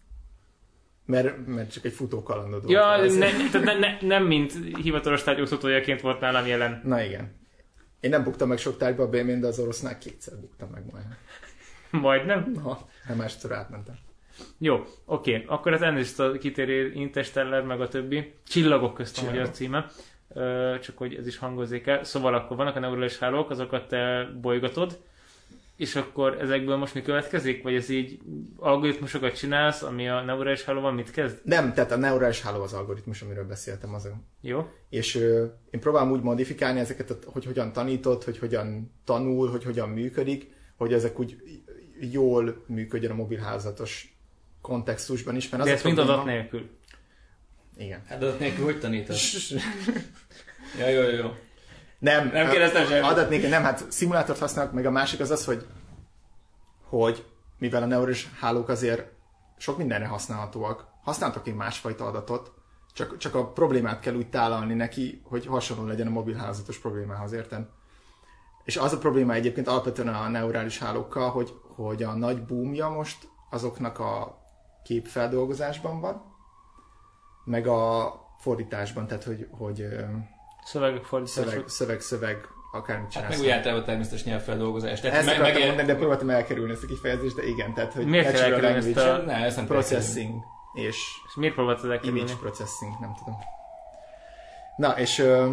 Mert, mert csak egy futó kalandod volt. Ja, ne, ne, ne, nem mint hivatalos tárgyoktatójaként volt nálam jelen. Na igen. Én nem buktam meg sok tárgyba a bé em é-n, de az orosznál kétszer buktam meg majdnem. Majdnem? Na, nem másodszor átmentem. Jó, oké. Akkor az elnézést a kitérő Interstellar, meg a többi. Csillagok köztem, hogy a címe. Csak hogy ez is hangozzék el. Szóval akkor vannak a neurális hálók, azokat te bolygatod, és akkor ezekből most mi következik? Vagy ez így algoritmusokat csinálsz, ami a neurális hálóval mit kezd? Nem, tehát a neurális háló az algoritmus, amiről beszéltem azon. Jó. És ö, én próbálom úgy modifikálni ezeket, hogy hogyan tanítod, hogy hogyan tanul, hogy hogyan működik, hogy ezek úgy jól működjön a mobilhálózatos kontextusban is. Mert de az ezt mind adat nélkül. Igen. Hát adat nélkül hogy tanítasz? ja, jó, jó, jó. Nem, nem kérdeztem semmit. Adat nélkül nem, hát szimulátort használok, meg a másik az az, hogy, hogy mivel a neurális hálók azért sok mindenre használhatóak, használtok én másfajta adatot, csak, csak a problémát kell úgy tálalni neki, hogy hasonló legyen a mobilhálózatos problémához, érted? És az a probléma egyébként alapvetően a neurális hálókkal, hogy, hogy a nagy boomja most azoknak a képfeldolgozásban van, meg a fordításban, tehát hogy, hogy szövegek fordítások. Szöveg, szöveg, szöveg, akármit csinálsz. Hát meg úgy általában természetes nyelvfeldolgozás. Ezt meg, akartam mondani, de próbáltam elkerülni ezt a kifejezést, de igen, tehát hogy miért kell elkerülni ezt a... Ne, ezt nem processing és, és miért próbáltad elkerülni? Image processing, nem tudom. Na, és ö,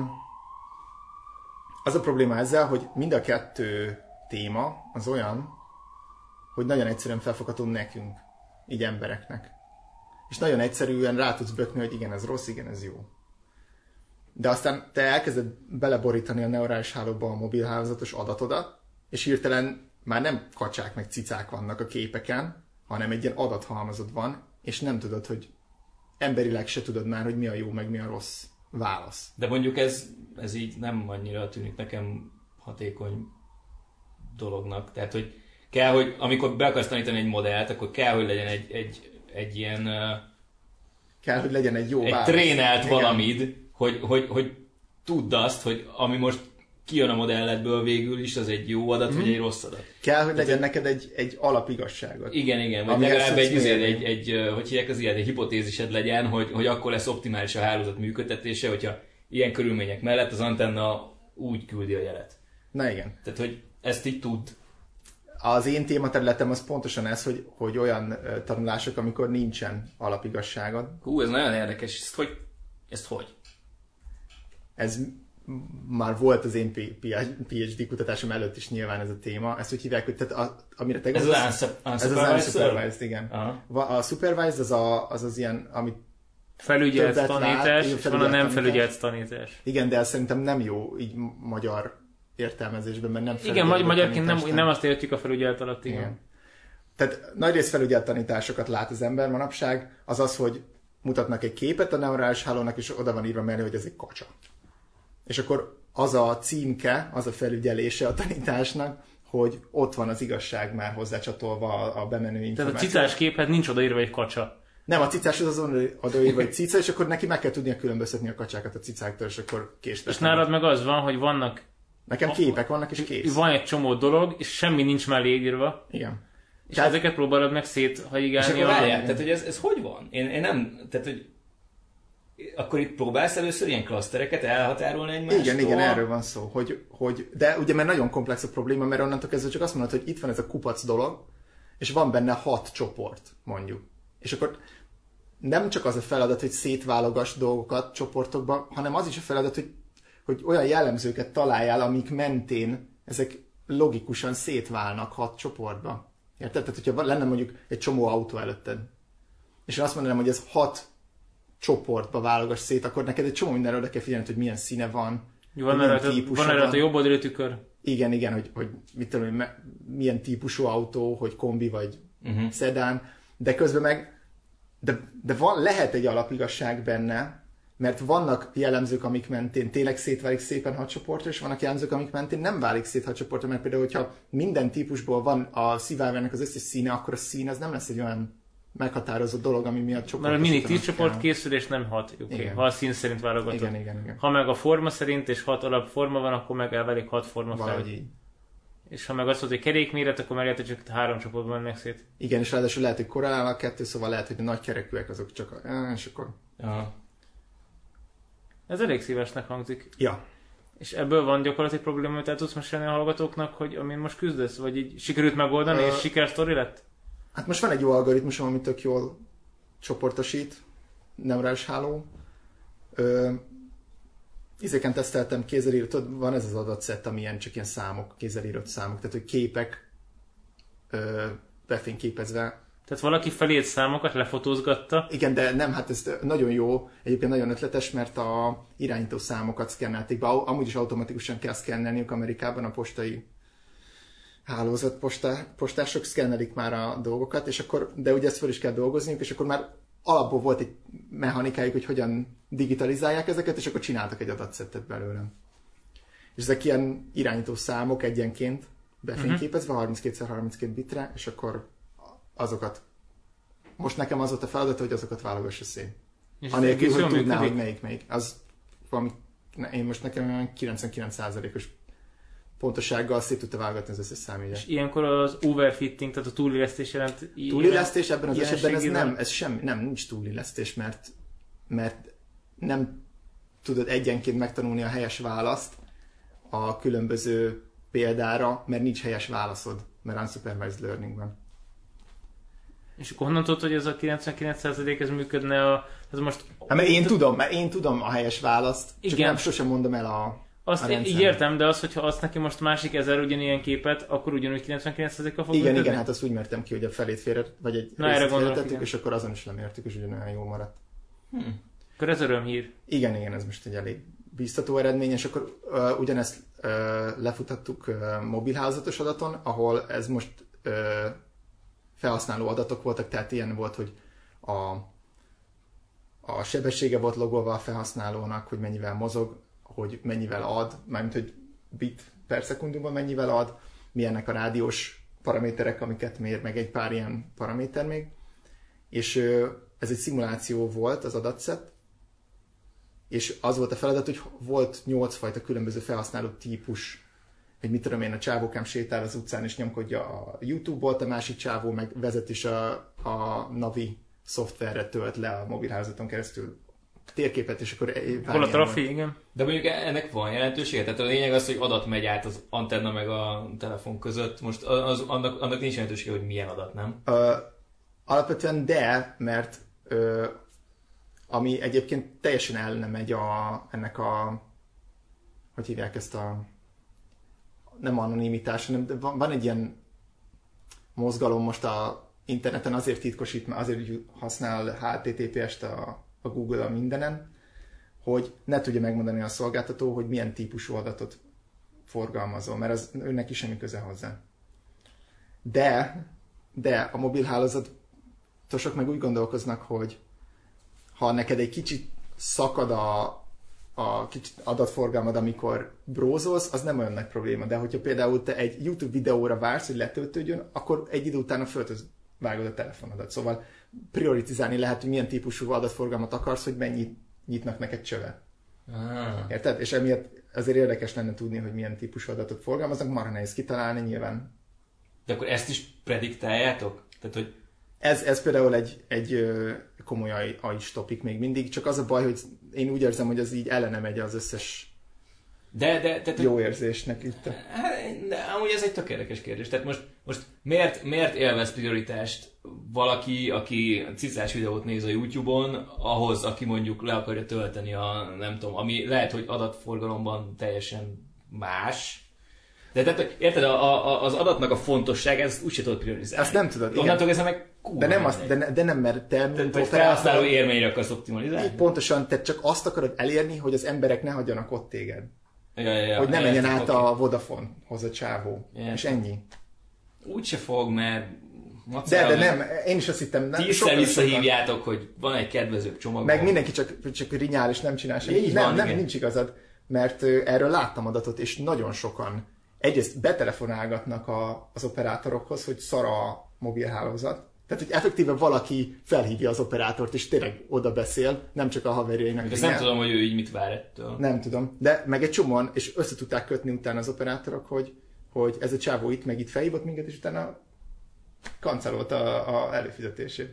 az a probléma ezzel, hogy mind a kettő téma az olyan, hogy nagyon egyszerűen felfogható nekünk, így embereknek. És nagyon egyszerűen rá tudsz bökni, hogy igen, ez rossz, igen, ez jó. De aztán te elkezded beleborítani a neurális hálóba a mobilhálózatos adatodat, és hirtelen már nem kacsák meg cicák vannak a képeken, hanem egy ilyen adathalmazod van, és nem tudod, hogy emberileg se tudod már, hogy mi a jó, meg mi a rossz válasz. De mondjuk ez, ez így nem annyira tűnik nekem hatékony dolognak. Tehát, hogy kell, hogy amikor be akarsz tanítani egy modellt, akkor kell, hogy legyen egy, egy, egy ilyen... Kell, hogy legyen egy jó egy válasz. Egy trénelt valamid, hogy, hogy, hogy tudd azt, hogy ami most kijön a modelledből végül is, az egy jó adat, mm. vagy egy rossz adat. Kell, hogy legyen Tehát, neked egy, egy alapigazságot. Igen, igen, vagy legalább egy, egy, egy, egy, hogy hívják az ilyet, egy hipotézised legyen, hogy, hogy akkor lesz optimális a hálózat működtetése, hogyha ilyen körülmények mellett az antenna úgy küldi a jelet. Na igen. Tehát, hogy ezt így tudd. Az én tématerületem az pontosan ez, hogy, hogy olyan tanulások, amikor nincsen alapigazságod. Hú, ez nagyon érdekes. Ezt hogy? Ezt hogy? Ez már volt az én pé há dé kutatásom előtt is nyilván ez a téma. Ezt úgy hívják, hogy tehát a, amire te ez gondolsz... Az ez az unsupervised, igen. Aha. A supervised az az, az, az ilyen, amit felügyelt tanítás, és van a nem felügyelt tanítás. Igen, de ez szerintem nem jó így magyar értelmezésben, mert nem igen, magy- magyarként nem, nem azt értjük a felügyelt alatt, igen. igen. Tehát nagyrészt felügyelt tanításokat lát az ember manapság, az az, hogy mutatnak egy képet a neurális hálónak, és oda van írva mellé, hogy ez egy kacsa. És akkor az a címke, az a felügyelése a tanításnak, hogy ott van az igazság már hozzácsatolva a bemenő információ. Tehát a cicás képhez nincs odaírva egy kacsa. Nem, a cicás az azon odaírva egy cica, és akkor neki meg kell tudnia különböztetni a kacsákat a cicáktól, és akkor késtek. És nálad meg az van, hogy vannak Nekem képek vannak, és kész. Van egy csomó dolog, és semmi nincs mellé írva. Igen. És Tehát... ezeket próbálod meg széthajigálni. És akkor várjál, tehát hogy ez, ez hogy van? Én, én nem, tehát hogy akkor itt próbálsz először ilyen klasztereket elhatárolni egymástól? Igen, igen, erről van szó. Hogy, hogy, de ugye mert nagyon komplex a probléma, mert onnantól kezdve csak azt mondod, hogy itt van ez a kupac dolog, és van benne hat csoport, mondjuk. És akkor nem csak az a feladat, hogy szétválogass dolgokat csoportokba, hanem az is a feladat, hogy, hogy olyan jellemzőket találjál, amik mentén ezek logikusan szétválnak hat csoportba. Érted? Tehát, hogyha lenne mondjuk egy csomó autó előtted, és én azt mondanám, hogy ez hat csoportba válogass szét, akkor neked egy csomó mindenre oda kell figyelned, hogy milyen színe van, van erre a jobb oldali tükör. Igen, igen, hogy, hogy mit tudom, milyen típusú autó, hogy kombi vagy uh-huh. szedán, de közben meg de, de van, lehet egy alapigasság benne, mert vannak jellemzők, amik mentén tényleg szétválik szépen hat csoportra, és vannak jellemzők, amik mentén nem válik szét hat csoportra, mert például, hogyha minden típusból van a szíválvának az összes színe, akkor a szín az nem lesz egy olyan meghatározott dolog, ami miatt csoport. Mert mindig tíz csoport készül, és nem hat. Okay. Ha a szín szerint válogatod. Igen, igen, igen. Ha meg a forma szerint, és hat alapforma van, akkor meg elválik hat forma fel. Valahogy így. És ha meg azt mondod, hogy kerékméret, akkor meg lehet, hogy csak három csoportban mennek szét. Igen, és ráadásul lehet, hogy korrelálnak kettő, szóval lehet, hogy a nagy kerekűek azok csak a... és akkor... Aha. Ez elég szívesnek hangzik. Ja. És ebből van gyakorlati probléma, hogy el tudsz mesélni a hallgatóknak, hogy amin most küzdesz? Vagy így sikerült megoldani, uh, és sikersztori lett? Hát most van egy jó algoritmusom, ami tök jól csoportosít, neurális háló. Ö, Izéken teszteltem kézzelírott, van ez az adatszett, ami ilyen csak ilyen számok, kézzelírott számok, tehát hogy képek ö, befényképezve. Tehát valaki felírt számokat, lefotózgatta. Igen, de nem, hát ez nagyon jó, egyébként nagyon ötletes, mert a irányító számokat szkennelték be, amúgy is automatikusan kell szkennelniük Amerikában a postai hálózat, postá, postások szkennelik már a dolgokat, és akkor, de ugye ezt fel is kell dolgozniuk, és akkor már alapból volt egy mechanikájuk, hogy hogyan digitalizálják ezeket, és akkor csináltak egy adatszettet belőlem. És ezek ilyen irányító számok egyenként befényképezve, harminckettő harminckét bitre, és akkor azokat. Most nekem az volt a feladat, hogy azokat válogassa szét. Anélkül, hogy tudná, hogy melyik melyik. Az valami, én most nekem olyan kilencvenkilenc százalékos pontossággal szét tudta válogatni az összes számjegyet. És ilyenkor az overfitting, tehát a túlillesztés jelent... Túlillesztés ebben az esetben ez nem, ez semmi, nem, nincs túlillesztés, mert, mert nem tudod egyenként megtanulni a helyes választ a különböző példára, mert nincs helyes válaszod, mert unsupervised learning van. És akkor honnan tudod, hogy ez a kilencvenkilenc százalék ez működne a... Ez most... Hát, mert én tudom, mert én tudom a helyes választ, csak igen. Nem sosem mondom el a... Azt így értem, de az, hogyha azt neki most másik ezer ugyanilyen képet, akkor ugyanúgy kilencvenkilenc százalékkal fog Igen, működni? igen, hát azt úgy mertem ki, hogy a felét félre, vagy egy Na, részt félretettük, és akkor azon is lemértük, és ugyanolyan jó maradt. Hm. Akkor ez örömhír. Igen, igen, ez most egy elég bíztató eredmény, és akkor uh, ugyanezt uh, lefutattuk uh, mobilhálózatos adaton, ahol ez most uh, felhasználó adatok voltak, tehát ilyen volt, hogy a, a sebessége volt logolva a felhasználónak, hogy mennyivel mozog, hogy mennyivel ad, mármint, hogy bit per szekundumban mennyivel ad, milyennek a rádiós paraméterek, amiket mér, meg egy pár ilyen paraméter még. És ez egy szimuláció volt az adatszett, és az volt a feladat, hogy volt nyolc fajta különböző felhasználó típus, hogy mit tudom én, a csávókám sétál az utcán, és nyomkodja a YouTube-ot, a másik csávó meg vezet is a, a Navi szoftverre tölt le a mobilhálózaton keresztül térképet, és akkor... Hol a trafi, igen. De mondjuk ennek van jelentősége? Tehát a lényeg az, hogy adat megy át az antenna meg a telefon között. Most az, annak, annak nincs jelentősége, hogy milyen adat, nem? Uh, alapvetően de, mert uh, ami egyébként teljesen ellene megy a, ennek a... Hogy hívják ezt a... Nem anonimitás, hanem van, van egy ilyen mozgalom most a interneten, azért titkosít, mert azért használ há té té pé est a a Google a mindenen, hogy ne tudja megmondani a szolgáltató, hogy milyen típusú adatot forgalmazol, mert az őnek is semmi köze hozzá. De, de a mobilhálózatosok meg úgy gondolkoznak, hogy ha neked egy kicsit szakad a, a kicsit adatforgalmad, amikor brózolsz, az nem olyan nagy probléma, de hogyha például te egy YouTube videóra vársz, hogy letöltődjön, akkor egy idő után a földhöz vágod a telefonodat. Szóval prioritizálni lehet, hogy milyen típusú adatforgalmat akarsz, hogy mennyit nyitnak neked csövet. Ah. Érted? És emiatt azért érdekes lenne tudni, hogy milyen típusú adatot forgalmaznak, marha nehéz kitalálni nyilván. De akkor ezt is prediktáljátok? Tehát, hogy... Ez, ez például egy, egy komoly á i-s topik még mindig, csak az a baj, hogy én úgy érzem, hogy az így ellene megy az összes de, de, de, jó érzésnek itt. De amúgy ez egy tök érdekes kérdés. Tehát most, most miért, miért élvez prioritást valaki, aki cicás videót néz a YouTube-on, ahhoz, aki mondjuk le akarja tölteni a, nem tudom, ami lehet, hogy adatforgalomban teljesen más. De tehát, érted, a, a, az adatnak a fontosság, ezt úgyse tudod priorizálni. Azt nem tudod, onnantól kezdve meg de nem, azt, de, ne, de nem, mert te... Te, te felhasználó élményre akarsz optimalizálni? Pontosan, te csak azt akarod elérni, hogy az emberek ne hagyjanak ott téged. Ja, ja, ja, hogy ne menjen át okay. a Vodafone-hoz a csávó. Ja. És ennyi. Úgyse fog, mert... De, de nem, én is azt hittem... Tízszer visszahívjátok, hogy van egy kedvezőbb csomag. Meg mindenki csak, csak rinyál és nem csinál semmit. Nem, nem, nincs igazad, mert erről láttam adatot, és nagyon sokan egyrészt betelefonálgatnak a, az operátorokhoz, hogy szar a mobilhálózat. Tehát, hogy effektíve valaki felhívja az operátort, és tényleg oda beszél, nem csak a haverjainak. Ezt nem tudom, hogy ő így mit vár ettől. Nem tudom, de meg egy csomóan, és össze tudták kötni utána az operátorok, hogy, hogy ez a csávó itt meg itt felhívott minket, és utána kancelolta a, a előfizetését.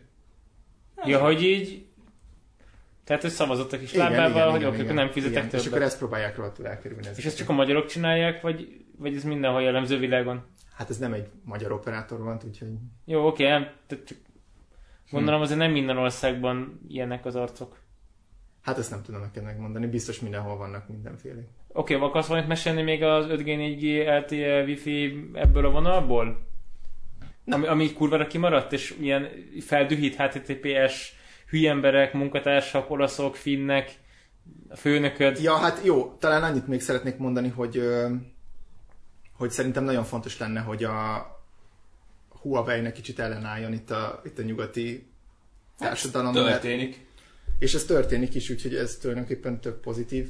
Ja, hogy így... Tehát, hogy szavazottak is lábával, hogy oké, okay, nem fizetek többet. És akkor ezt próbálják rohadtul elkerülni. És ezt csak a magyarok csinálják, vagy, vagy ez mindenhol jellemző világon? Hát ez nem egy magyar operátor van, úgyhogy... Jó, oké, okay, tehát csak gondolom azért nem minden országban ilyenek az arcok. Hát ezt nem tudom neked megmondani, biztos mindenhol vannak mindenféle. Oké, okay, akarsz valamit mesélni még az öt G, négy G, el té E, Wi-Fi ebből a vonalból? Ami, ami így kurvára kimaradt, és ilyen feldühít há té té pé es hülye emberek, munkatársak, olaszok, finnek, a főnököd. Ja, hát jó, talán annyit még szeretnék mondani, hogy, hogy szerintem nagyon fontos lenne, hogy a Huawei-nek kicsit ellenálljon itt a, itt a nyugati társadalom. Ez történik. És ez történik is, úgyhogy ez tulajdonképpen tök pozitív.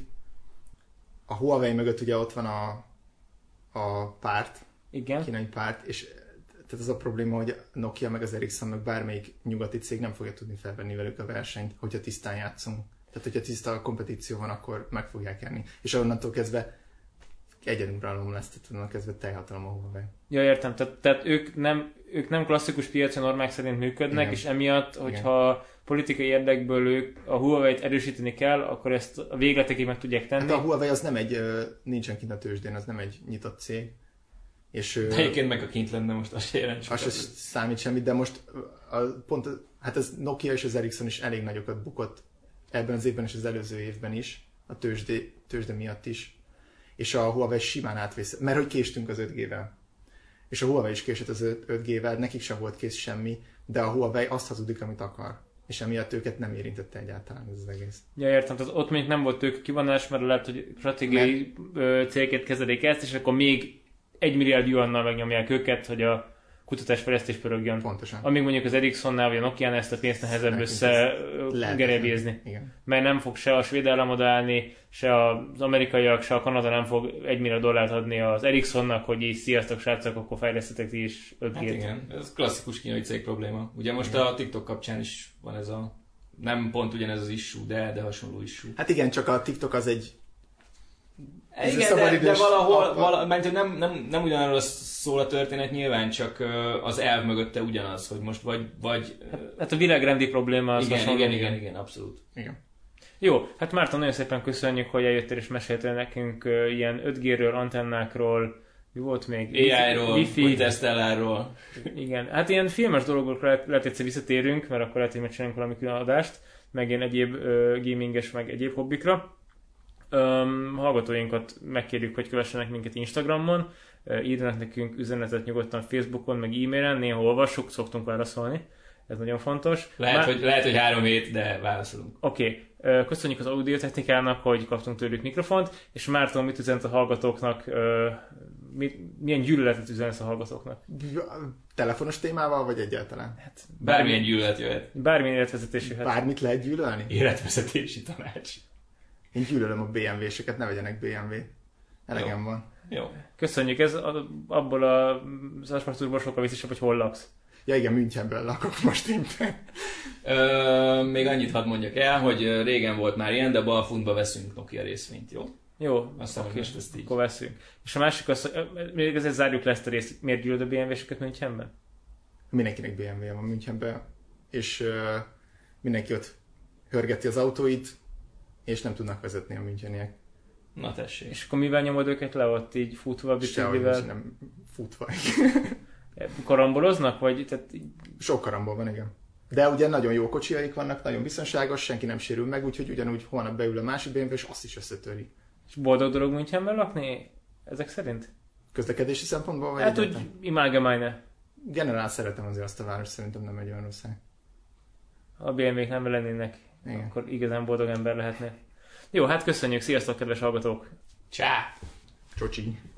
A Huawei mögött ugye ott van a, a párt, igen. A kínai párt, és tehát az a probléma, hogy a Nokia meg az Ericsson meg bármelyik nyugati cég nem fogja tudni felvenni velük a versenyt, hogyha tisztán játszunk. Tehát, hogyha tiszta a kompetíció van, akkor meg fogják nyerni. És onnantól kezdve egyenuralom lesz, tehát onnantól kezdve teljhatalom a Huawei. Ja, értem. Tehát, tehát ők, nem, ők nem klasszikus piaci normák szerint működnek, igen. És emiatt, hogyha igen. Politikai érdekből ők a Huawei-t erősíteni kell, akkor ezt a végletekig meg tudják tenni. Hát a Huawei az nem egy, nincsen kint a tőzsdén, az nem egy nyitott cég. És, de egyébként meg a kint lenne most, az se jelent sokat. Az se számít semmit, de most a, pont, hát az Nokia és az Ericsson is elég nagyokat bukott ebben az évben és az előző évben is, a tőzsde, tőzsde miatt is. És a Huawei simán átvész, mert hogy késtünk az öt G-vel. És a Huawei is késett az öt G-vel, nekik sem volt kész semmi, de a Huawei azt hazudik, amit akar. És emiatt őket nem érintette egyáltalán ez az egész. Ja, értem, tehát ott még nem volt tőke kivonás, mert lehet, hogy stratégiai mert... célként kezelik ezt, és akkor még egy milliárd yuannal megnyomják őket, hogy a kutatásfejlesztés pörögjön. Pontosan. Amíg mondjuk az Ericssonnál vagy a Nokiánál ezt a pénzt nehezebb összegerebézni. Mert nem fog se a svéd állam odaállni, se az amerikaiak, se a Kanada nem fog egy milliárd dollárt adni az Ericssonnak, hogy így sziasztok srácok, akkor fejlesztetek ti is öt G-t. Hát igen, ez klasszikus kínai cég probléma. Ugye most igen. A TikTok kapcsán is van ez a, nem pont ugyanez az issue, de, de hasonló issue. Hát igen, csak a TikTok az egy Ez igen, de, de valahol, vala, mert nem, nem, nem ugyanarról szól a történet, nyilván csak az elv mögötte ugyanaz, hogy most vagy... vagy hát, hát a világrendi probléma az igen, hasonló. Igen, igen, igen, abszolút. Igen. Jó, hát Márton, nagyon szépen köszönjük, hogy eljöttél és meséltél nekünk uh, ilyen öt G-ről, antennákról, mi volt még? á í-ról, Interstellárról. Igen, hát ilyen filmes dolgokra lehet, lehet egyszer visszatérünk, mert akkor lehet, hogy megcsinálunk valami külön adást, meg ilyen egyéb uh, gaminges, meg egyéb hobbikra. Um, hallgatóinkat megkérjük, hogy kövessenek minket Instagramon, uh, írjanak nekünk üzenetet nyugodtan Facebookon, meg e-mailen, néha olvassuk, szoktunk válaszolni, ez nagyon fontos. Lehet, Már... hogy, lehet hogy három hét, de válaszolunk. Oké, okay. uh, köszönjük az audiotechnikának, hogy kaptunk tőlük mikrofont, és Márton, mit üzenet a hallgatóknak, uh, mit, milyen gyűlöletet üzenet a hallgatóknak? Telefonos témával, vagy egyáltalán? Hát, bármilyen gyűlölet jöhet. Bármilyen életvezetés jöhet. Bármit lehet gyűlölni? Életvezetési tanács. Én gyűlölöm a bé em vé-seket, ne vegyenek bé em vé. Elegem Jó. van. Jó. Köszönjük, ez abból az aspektusból sokkal visszasabb, hogy hol laksz. Ja igen, Münchenből lakok most éppen. Ö, még annyit hadd mondjak el, hogy régen volt már ilyen, de Balfuntba veszünk Nokia részvényt, jó? Jó, Aztán oké, most ezt így. akkor veszünk. És a másik az, hogy még azért zárjuk le ezt a részt, miért gyűlöd a bé em vé-seket Münchenben? Mindenkinek bé em vé van Münchenben, és uh, mindenki ott hörgeti az autóit, és nem tudnak vezetni a müncheniek. Na tessék. És akkor mivel nyomod őket le ott így futva, biciklivel? nem futva. Karamboloznak? Vagy, tehát... Sok karambol van, igen. De ugye nagyon jó kocsiaik vannak, nagyon biztonságos, senki nem sérül meg, úgyhogy ugyanúgy holnap beül a másik bé em vé, és azt is összetöri. És boldog dolog Münchenben lakni? Ezek szerint? Közlekedési szempontból? Vagy Hát úgy egyáltalán? imágemájne. Generál szeretem azért azt a város, szerintem nem egy olyan rossz hely. A bé em vé-k nem lennének, Igen. akkor igazán boldog ember lehetne. Jó, hát köszönjük, sziasztok kedves hallgatók! Csá! Csocsi.